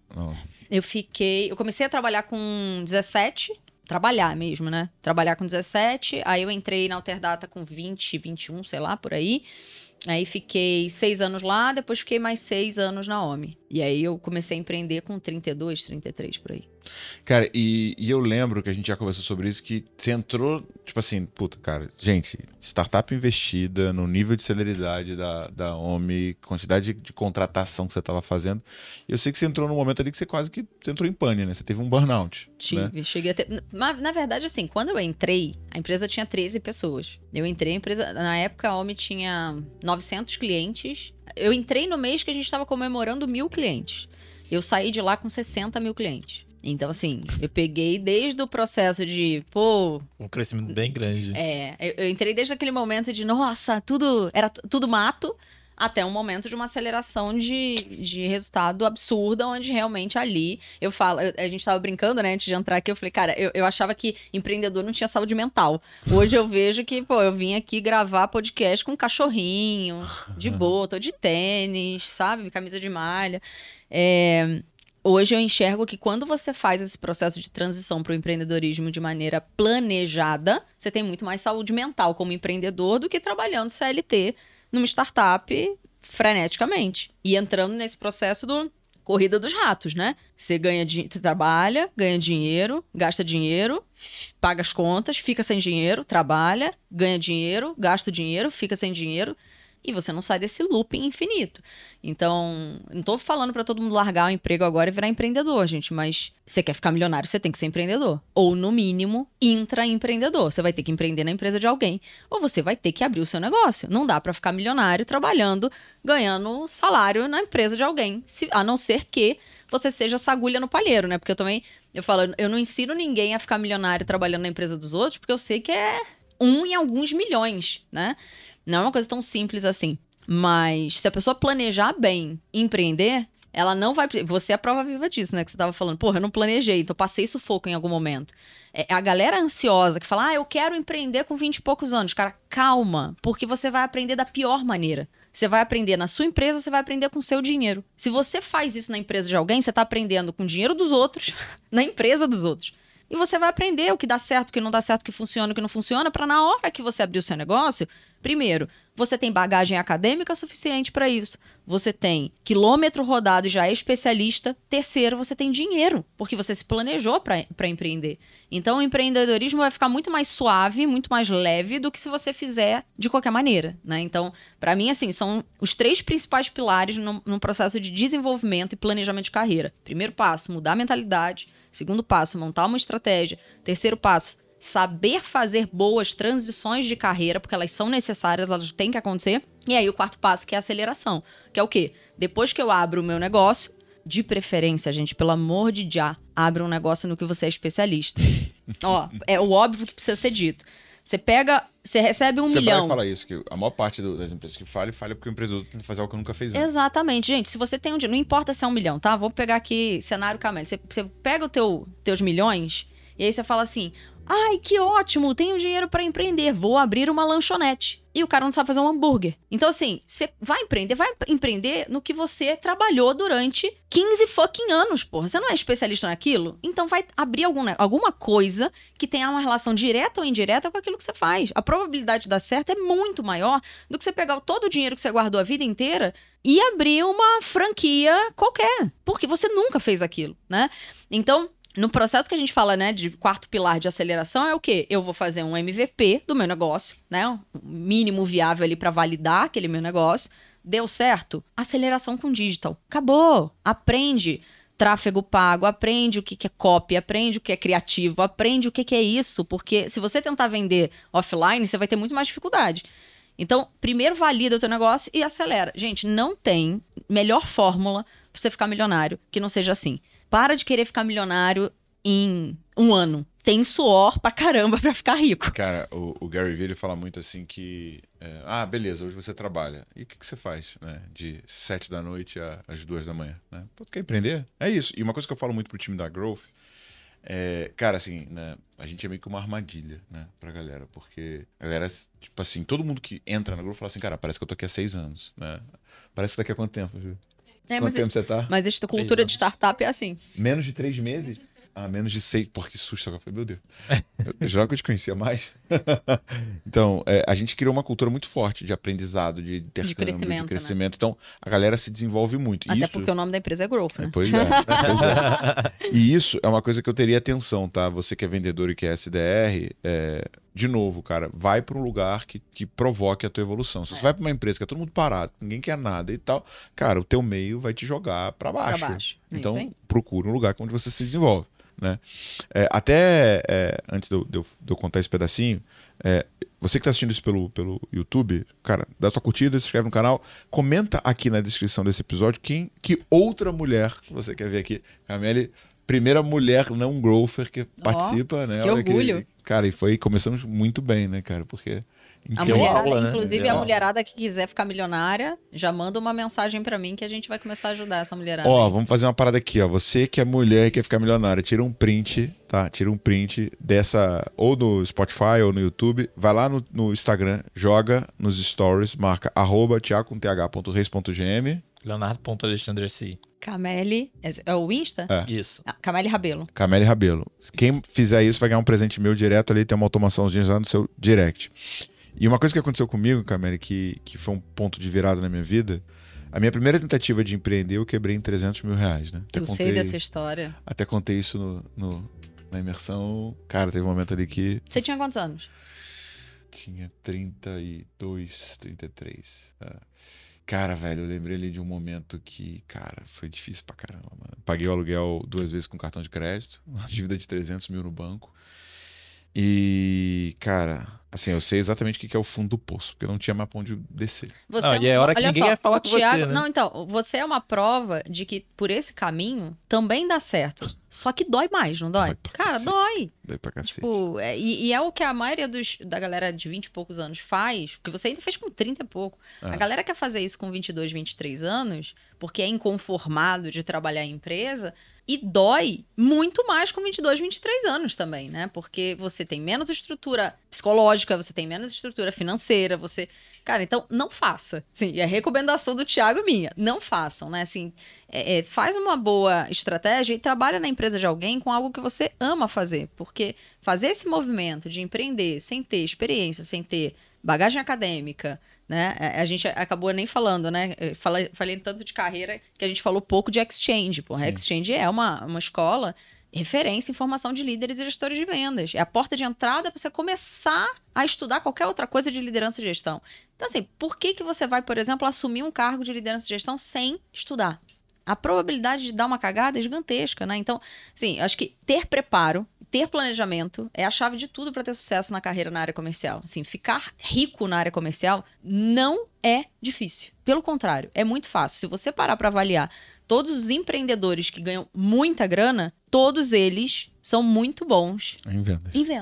Eu comecei a trabalhar com 17, trabalhar mesmo, né? Trabalhar com 17, aí eu entrei na Alterdata com 20, 21, sei lá, por aí. Aí fiquei 6 anos lá, depois fiquei mais 6 anos na OMI. E aí eu comecei a empreender com 32, 33, por aí. Cara, e eu lembro que a gente já conversou sobre isso, que você entrou, tipo assim, puta, cara, gente, startup investida no nível de celeridade da OMI, quantidade de contratação que você estava fazendo. Eu sei que você entrou num momento ali que você entrou em pane, né? Você teve um burnout. Tive, cheguei a ter... Na verdade, assim, quando eu entrei, a empresa tinha 13 pessoas. Eu entrei, a empresa, na época, a OMI tinha 900 clientes. Eu entrei no mês que a gente estava comemorando 1.000 clientes. Eu saí de lá com 60 mil clientes. Então, assim, eu peguei desde o processo de, um crescimento bem grande. Eu entrei desde aquele momento de, nossa, era tudo mato, até um momento de uma aceleração de resultado absurda, onde realmente ali, a gente tava brincando, né, antes de entrar aqui, eu falei, cara, eu achava que empreendedor não tinha saúde mental. Hoje eu vejo que, eu vim aqui gravar podcast com um cachorrinho, de boa, tô de tênis, sabe, camisa de malha. Hoje eu enxergo que quando você faz esse processo de transição para o empreendedorismo de maneira planejada, você tem muito mais saúde mental como empreendedor do que trabalhando CLT numa startup freneticamente. E entrando nesse processo do corrida dos ratos, né? Você trabalha, ganha dinheiro, gasta dinheiro, paga as contas, fica sem dinheiro, trabalha, ganha dinheiro, gasta dinheiro, fica sem dinheiro. E você não sai desse looping infinito. Então, não tô falando pra todo mundo largar o emprego agora e virar empreendedor, gente. Mas você quer ficar milionário, você tem que ser empreendedor. Ou, no mínimo, intraempreendedor. Você vai ter que empreender na empresa de alguém. Ou você vai ter que abrir o seu negócio. Não dá pra ficar milionário trabalhando, ganhando salário na empresa de alguém. A não ser que você seja essa agulha no palheiro, né? Porque eu não ensino ninguém a ficar milionário trabalhando na empresa dos outros, porque eu sei que é 1 em alguns milhões, né? Não é uma coisa tão simples assim. Mas se a pessoa planejar bem empreender, ela não vai... Você é a prova viva disso, né? Que você tava falando, eu não planejei, então passei sufoco em algum momento. A galera ansiosa que fala, eu quero empreender com 20 e poucos anos. Cara, calma, porque você vai aprender da pior maneira. Você vai aprender na sua empresa, você vai aprender com o seu dinheiro. Se você faz isso na empresa de alguém, você tá aprendendo com o dinheiro dos outros, na empresa dos outros. E você vai aprender o que dá certo, o que não dá certo, o que funciona, o que não funciona, para na hora que você abrir o seu negócio, primeiro, você tem bagagem acadêmica suficiente para isso. Você tem quilômetro rodado e já é especialista. Terceiro, você tem dinheiro, porque você se planejou para empreender. Então, o empreendedorismo vai ficar muito mais suave, muito mais leve do que se você fizer de qualquer maneira, né? Então, para mim, assim, são os 3 principais pilares no processo de desenvolvimento e planejamento de carreira. Primeiro passo, mudar a mentalidade. Segundo passo, montar uma estratégia. Terceiro passo, saber fazer boas transições de carreira, porque elas são necessárias, elas têm que acontecer. E aí o quarto passo, que é a aceleração, que é o quê? Depois que eu abro o meu negócio, de preferência, gente, pelo amor de Já, abre um negócio no que você é especialista. Ó, é o óbvio que precisa ser dito. Você recebe um milhão. Você vai falar isso, que a maior parte das empresas que falha porque o empreendedor tenta fazer algo que nunca fez antes. Exatamente, gente. Se você tem um dinheiro, não importa se é 1 milhão, tá? Vou pegar aqui cenário Cameli. Você pega teus milhões e aí você fala assim: ai, que ótimo, tenho dinheiro pra empreender, vou abrir uma lanchonete. E o cara não sabe fazer um hambúrguer. Então, assim, você vai empreender no que você trabalhou durante 15 fucking anos, porra. Você não é especialista naquilo? Então vai abrir alguma coisa que tenha uma relação direta ou indireta com aquilo que você faz. A probabilidade de dar certo é muito maior do que você pegar todo o dinheiro que você guardou a vida inteira e abrir uma franquia qualquer. Porque você nunca fez aquilo, né? Então, no processo que a gente fala, né, de quarto pilar de aceleração é o quê? Eu vou fazer um MVP do meu negócio, né? Um mínimo viável ali para validar aquele meu negócio. Deu certo? Aceleração com digital. Acabou. Aprende tráfego pago, aprende o que é copy, aprende o que é criativo, aprende o que é isso. Porque se você tentar vender offline, você vai ter muito mais dificuldade. Então, primeiro valida o teu negócio e acelera. Gente, não tem melhor fórmula para você ficar milionário que não seja assim. Para de querer ficar milionário em 1 ano. Tem suor pra caramba pra ficar rico. Cara, o Gary Vee, ele fala muito assim que... beleza, hoje você trabalha. E o que você faz, né? De 7 da noite às 2 da manhã, né? Pô, tu quer empreender? É isso. E uma coisa que eu falo muito pro time da Growth cara, assim, né? A gente é meio que uma armadilha, né? Pra galera. Porque a galera, tipo assim, todo mundo que entra na Growth fala assim, cara, parece que eu tô aqui há 6 anos, né? Parece que daqui a quanto tempo, viu? Quanto tempo você tá? Mas esta cultura de startup é assim. Menos de 3 meses? Menos de 6. Porra, que susto. Eu falei, meu Deus. Já que eu te conhecia mais. Então, a gente criou uma cultura muito forte de aprendizado, de intercâmbio, de crescimento. Né? Então, a galera se desenvolve muito. Até porque o nome da empresa é Growth, né? Pois é. E isso é uma coisa que eu teria atenção, tá? Você que é vendedor e que é SDR, de novo, cara, vai para um lugar que provoque a tua evolução. Se você vai para uma empresa que é todo mundo parado, ninguém quer nada e tal, cara, o teu meio vai te jogar para baixo. Então, procura um lugar onde você se desenvolve. Né? Antes de eu contar esse pedacinho, você que está assistindo isso pelo YouTube, cara, dá sua curtida, se inscreve no canal, comenta aqui na descrição desse episódio que outra mulher você quer ver aqui. Cameli, primeira mulher não growther que participa, né? Que orgulho. Cara, começamos muito bem, né, cara? Porque a mulherada, inclusive a mulherada que quiser ficar milionária, já manda uma mensagem pra mim que a gente vai começar a ajudar essa mulherada. Vamos fazer uma parada aqui, ó. Você que é mulher e quer ficar milionária, tira um print, tá? Tira um print dessa, ou no Spotify ou no YouTube, vai lá no Instagram, joga nos stories, marca @thiago.reis.gm Leonardo.alexandreci. Cameli, é o Insta? Isso. Cameli Rabelo. Cameli Rabelo. Quem fizer isso vai ganhar um presente meu direto ali, tem uma automaçãozinha lá no seu direct. E uma coisa que aconteceu comigo, Cameli, que foi um ponto de virada na minha vida, a minha primeira tentativa de empreender eu quebrei em R$300 mil, né? Sei dessa história. Até contei isso na imersão. Cara, teve um momento ali que... Você tinha quantos anos? Tinha 32, 33. Cara, velho, eu lembrei ali de um momento que, cara, foi difícil pra caramba, mano. Paguei o aluguel 2 vezes com cartão de crédito, uma dívida de 300 mil no banco. E, cara, assim, eu sei exatamente o que é o fundo do poço, porque eu não tinha mais pra onde descer. E é hora que ninguém vai falar com Thiago, você, né? Não, então, você é uma prova de que por esse caminho também dá certo. Só que dói mais, não dói? Cara, dói. Dói pra cacete. Tipo, e é o que a maioria da galera de 20 e poucos anos faz, porque você ainda fez com 30 e pouco. A galera quer fazer isso com 22, 23 anos, porque é inconformado de trabalhar em empresa... E dói muito mais com 22, 23 anos também, né? Porque você tem menos estrutura psicológica, você tem menos estrutura financeira, você... Cara, então não faça. Sim, é recomendação do Thiago e minha. Não façam, né? Assim, faz uma boa estratégia e trabalha na empresa de alguém com algo que você ama fazer. Porque fazer esse movimento de empreender sem ter experiência, sem ter bagagem acadêmica... Né? A gente acabou nem falando, né? Falei tanto de carreira que a gente falou pouco de Exchange. Porra, a Exchange é uma escola referência em formação de líderes e gestores de vendas. É a porta de entrada para você começar a estudar qualquer outra coisa de liderança e gestão. Então, assim, por que você vai, por exemplo, assumir um cargo de liderança e gestão sem estudar? A probabilidade de dar uma cagada é gigantesca, né? Então, assim, acho que ter preparo, ter planejamento é a chave de tudo para ter sucesso na carreira na área comercial. Assim, ficar rico na área comercial não é difícil. Pelo contrário, é muito fácil. Se você parar para avaliar todos os empreendedores que ganham muita grana, todos eles são muito bons Em vendas.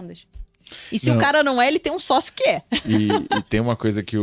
E se o cara não é, ele tem um sócio que é. E tem uma coisa que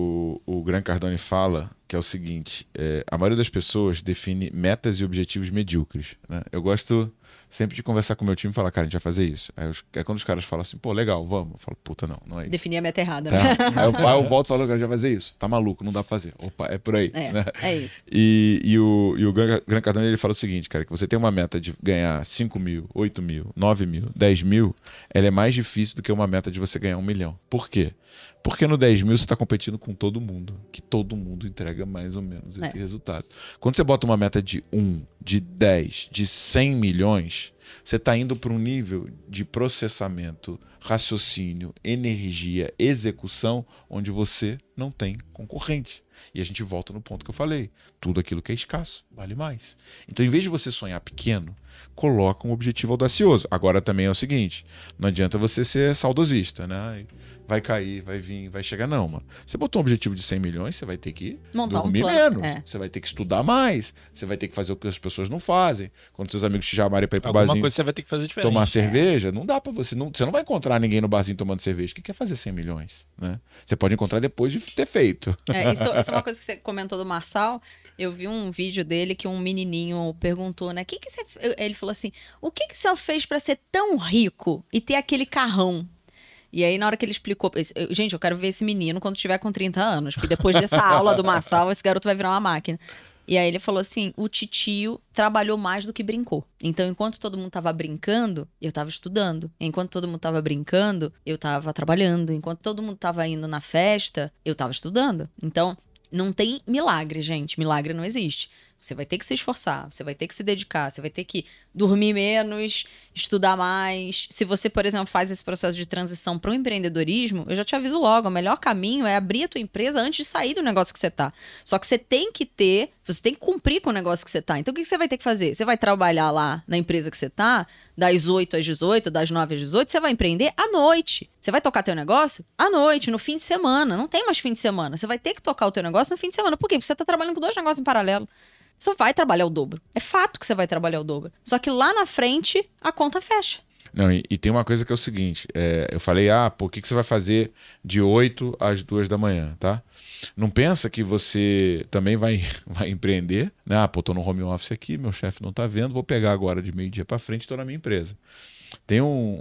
o Grant Cardone fala, que é o seguinte, a maioria das pessoas define metas e objetivos medíocres, né? Eu gosto sempre de conversar com o meu time e falar, cara, a gente vai fazer isso. Aí quando os caras falam assim, pô, legal, vamos. Eu falo, puta, não é isso. Definir a meta errada, né? Aí eu volto e falo, cara, a gente vai fazer isso. Tá maluco, não dá pra fazer. Opa, é por aí. Né? É isso. E o Grant Cardone, ele fala o seguinte, cara, que você tem uma meta de ganhar 5 mil, 8 mil, 9 mil, 10 mil, ela é mais difícil do que uma meta de você ganhar 1 milhão. Por quê? Porque no 10 mil você está competindo com todo mundo, que todo mundo entrega mais ou menos esse resultado. Quando você bota uma meta de 1, de 10, de 100 milhões, você está indo para um nível de processamento, raciocínio, energia, execução, onde você não tem concorrente. E a gente volta no ponto que eu falei. Tudo aquilo que é escasso vale mais. Então, em vez de você sonhar pequeno, coloca um objetivo audacioso. Agora também é o seguinte, não adianta você ser saudosista, né? Vai cair, vai vir, vai chegar. Não, mano. Você botou um objetivo de 100 milhões, você vai ter que dormir menos. Você vai ter que estudar mais. Você vai ter que fazer o que as pessoas não fazem. Quando seus amigos te chamarem pra ir pro barzinho, coisa você vai ter que fazer diferente. Tomar cerveja, não dá pra você. Você não vai encontrar ninguém no barzinho tomando cerveja. O que quer fazer 100 milhões? Né? Você pode encontrar depois de ter feito. Isso é uma coisa que você comentou do Marçal. Eu vi um vídeo dele que um menininho perguntou, né? Ele falou assim, o que o senhor fez pra ser tão rico e ter aquele carrão? E aí, na hora que ele explicou... Gente, eu quero ver esse menino quando tiver com 30 anos. Porque depois dessa aula do Marçal, esse garoto vai virar uma máquina. E aí ele falou assim, o titio trabalhou mais do que brincou. Então, enquanto todo mundo tava brincando, eu tava estudando. Enquanto todo mundo tava brincando, eu tava trabalhando. Enquanto todo mundo tava indo na festa, eu tava estudando. Então, não tem milagre, gente. Milagre não existe. Você vai ter que se esforçar, você vai ter que se dedicar, você vai ter que dormir menos, estudar mais. Se você, por exemplo, faz esse processo de transição para o empreendedorismo, eu já te aviso logo, o melhor caminho é abrir a tua empresa antes de sair do negócio que você tá. Só que você tem que cumprir com o negócio que você tá. Então, o que você vai ter que fazer? Você vai trabalhar lá na empresa que você tá, das 8 às 18, das 9 às 18, você vai empreender à noite. Você vai tocar teu negócio à noite, no fim de semana. Não tem mais fim de semana. Você vai ter que tocar o teu negócio no fim de semana. Por quê? Porque você tá trabalhando com 2 negócios em paralelo. Você vai trabalhar o dobro. É fato que você vai trabalhar o dobro. Só que lá na frente, a conta fecha. Não, e tem uma coisa que é o seguinte. Eu falei, o que você vai fazer de 8 às 2 da manhã, tá? Não pensa que você também vai empreender, né? Tô no home office aqui, meu chefe não tá vendo, vou pegar agora de meio-dia pra frente e tô na minha empresa. Tem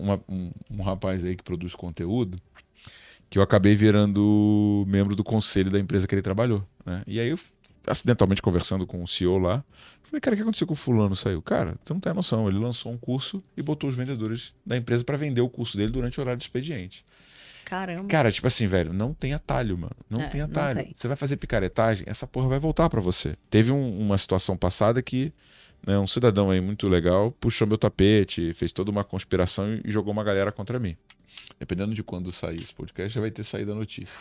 um rapaz aí que produz conteúdo que eu acabei virando membro do conselho da empresa que ele trabalhou, né? E aí eu acidentalmente conversando com o CEO lá, falei, cara, o que aconteceu com o fulano? Saiu. Cara, você não tem noção, ele lançou um curso e botou os vendedores da empresa para vender o curso dele durante o horário de expediente. Caramba. Cara, tipo assim, velho, não tem atalho, mano. Não tem atalho. Não tem. Você vai fazer picaretagem, essa porra vai voltar para você. Teve uma situação passada que, né, um cidadão aí muito legal puxou meu tapete, fez toda uma conspiração e jogou uma galera contra mim. Dependendo de quando sair esse podcast, já vai ter saído a notícia.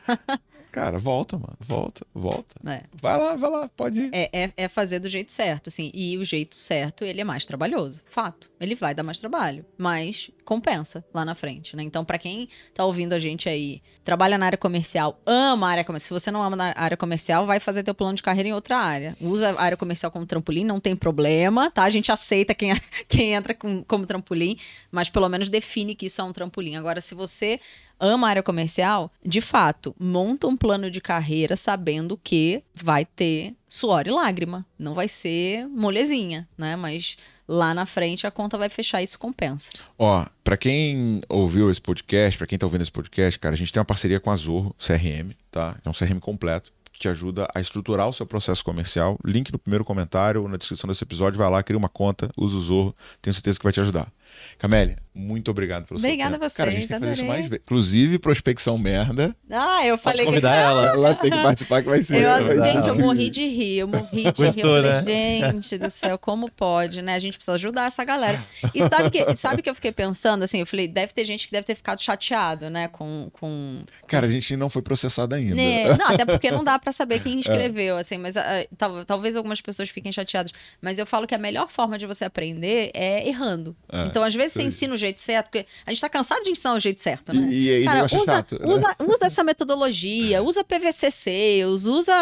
Cara, volta, mano. Volta. Vai lá, pode ir. É fazer do jeito certo, assim. E o jeito certo, ele é mais trabalhoso. Fato. Ele vai dar mais trabalho. Mas compensa lá na frente, né? Então, pra quem tá ouvindo a gente aí, trabalha na área comercial, ama a área comercial. Se você não ama na área comercial, vai fazer teu plano de carreira em outra área. Usa a área comercial como trampolim, não tem problema, tá? A gente aceita quem entra como trampolim, mas pelo menos define que isso é um trampolim. Agora, se você ama a área comercial, de fato, monta um plano de carreira sabendo que vai ter suor e lágrima. Não vai ser molezinha, né? Mas lá na frente a conta vai fechar e isso compensa. Pra quem ouviu esse podcast, pra quem tá ouvindo esse podcast, cara, a gente tem uma parceria com a Zorro CRM, tá? É um CRM completo que te ajuda a estruturar o seu processo comercial. Link no primeiro comentário ou na descrição desse episódio, vai lá, cria uma conta, usa o Zorro, tenho certeza que vai te ajudar. Camélia, muito obrigado pelo seu tempo. Obrigada a você. Cara, a gente tem que fazer isso mais vezes. Inclusive, prospecção merda. Eu falei Pode convidar ela. Ela tem que participar que vai ser. Gente, eu morri de rir. Eu Gostou, falei, gente do céu, como pode, né? A gente precisa ajudar essa galera. E sabe que eu fiquei pensando, assim, eu falei, deve ter gente que deve ter ficado chateado, né, com... Cara, a gente não foi processado ainda. Né? Não, até porque não dá pra saber quem escreveu, assim, mas talvez algumas pessoas fiquem chateadas. Mas eu falo que a melhor forma de você aprender é errando. Então, às vezes, você ensina o jeito certo, porque a gente tá cansado de ensinar o jeito certo, né? E cara, usa essa metodologia, usa PVC Sales, usa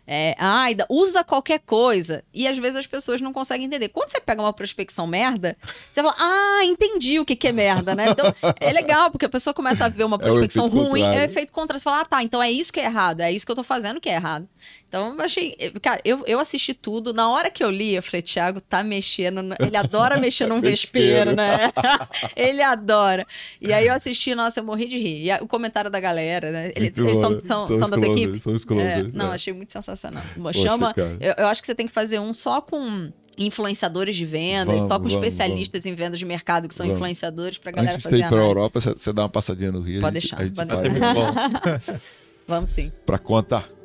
Usa qualquer coisa. E às vezes as pessoas não conseguem entender. Quando você pega uma prospecção merda, você fala, entendi o que é merda, né? Então, é legal, porque a pessoa começa a ver uma prospecção ruim, é o efeito contrário. Você fala, tá, então é isso que é errado, é isso que eu tô fazendo que é errado. Então, eu achei... Cara, eu assisti tudo. Na hora que eu li, eu falei, Thiago tá mexendo... Ele adora mexer num vespeiro, né? Ele adora. E aí eu assisti, nossa, eu morri de rir. E o comentário da galera, né? Eles são da tua equipe? São os closers. Não, achei muito sensacional. Chama... Eu acho que você tem que fazer um só com... influenciadores de vendas, só com especialistas em vendas de mercado que são influenciadores pra galera Antes fazer de você ir pra Europa, você dá uma passadinha no Rio. Pode deixar. Vai ser muito bom. Vamos sim. Pra conta.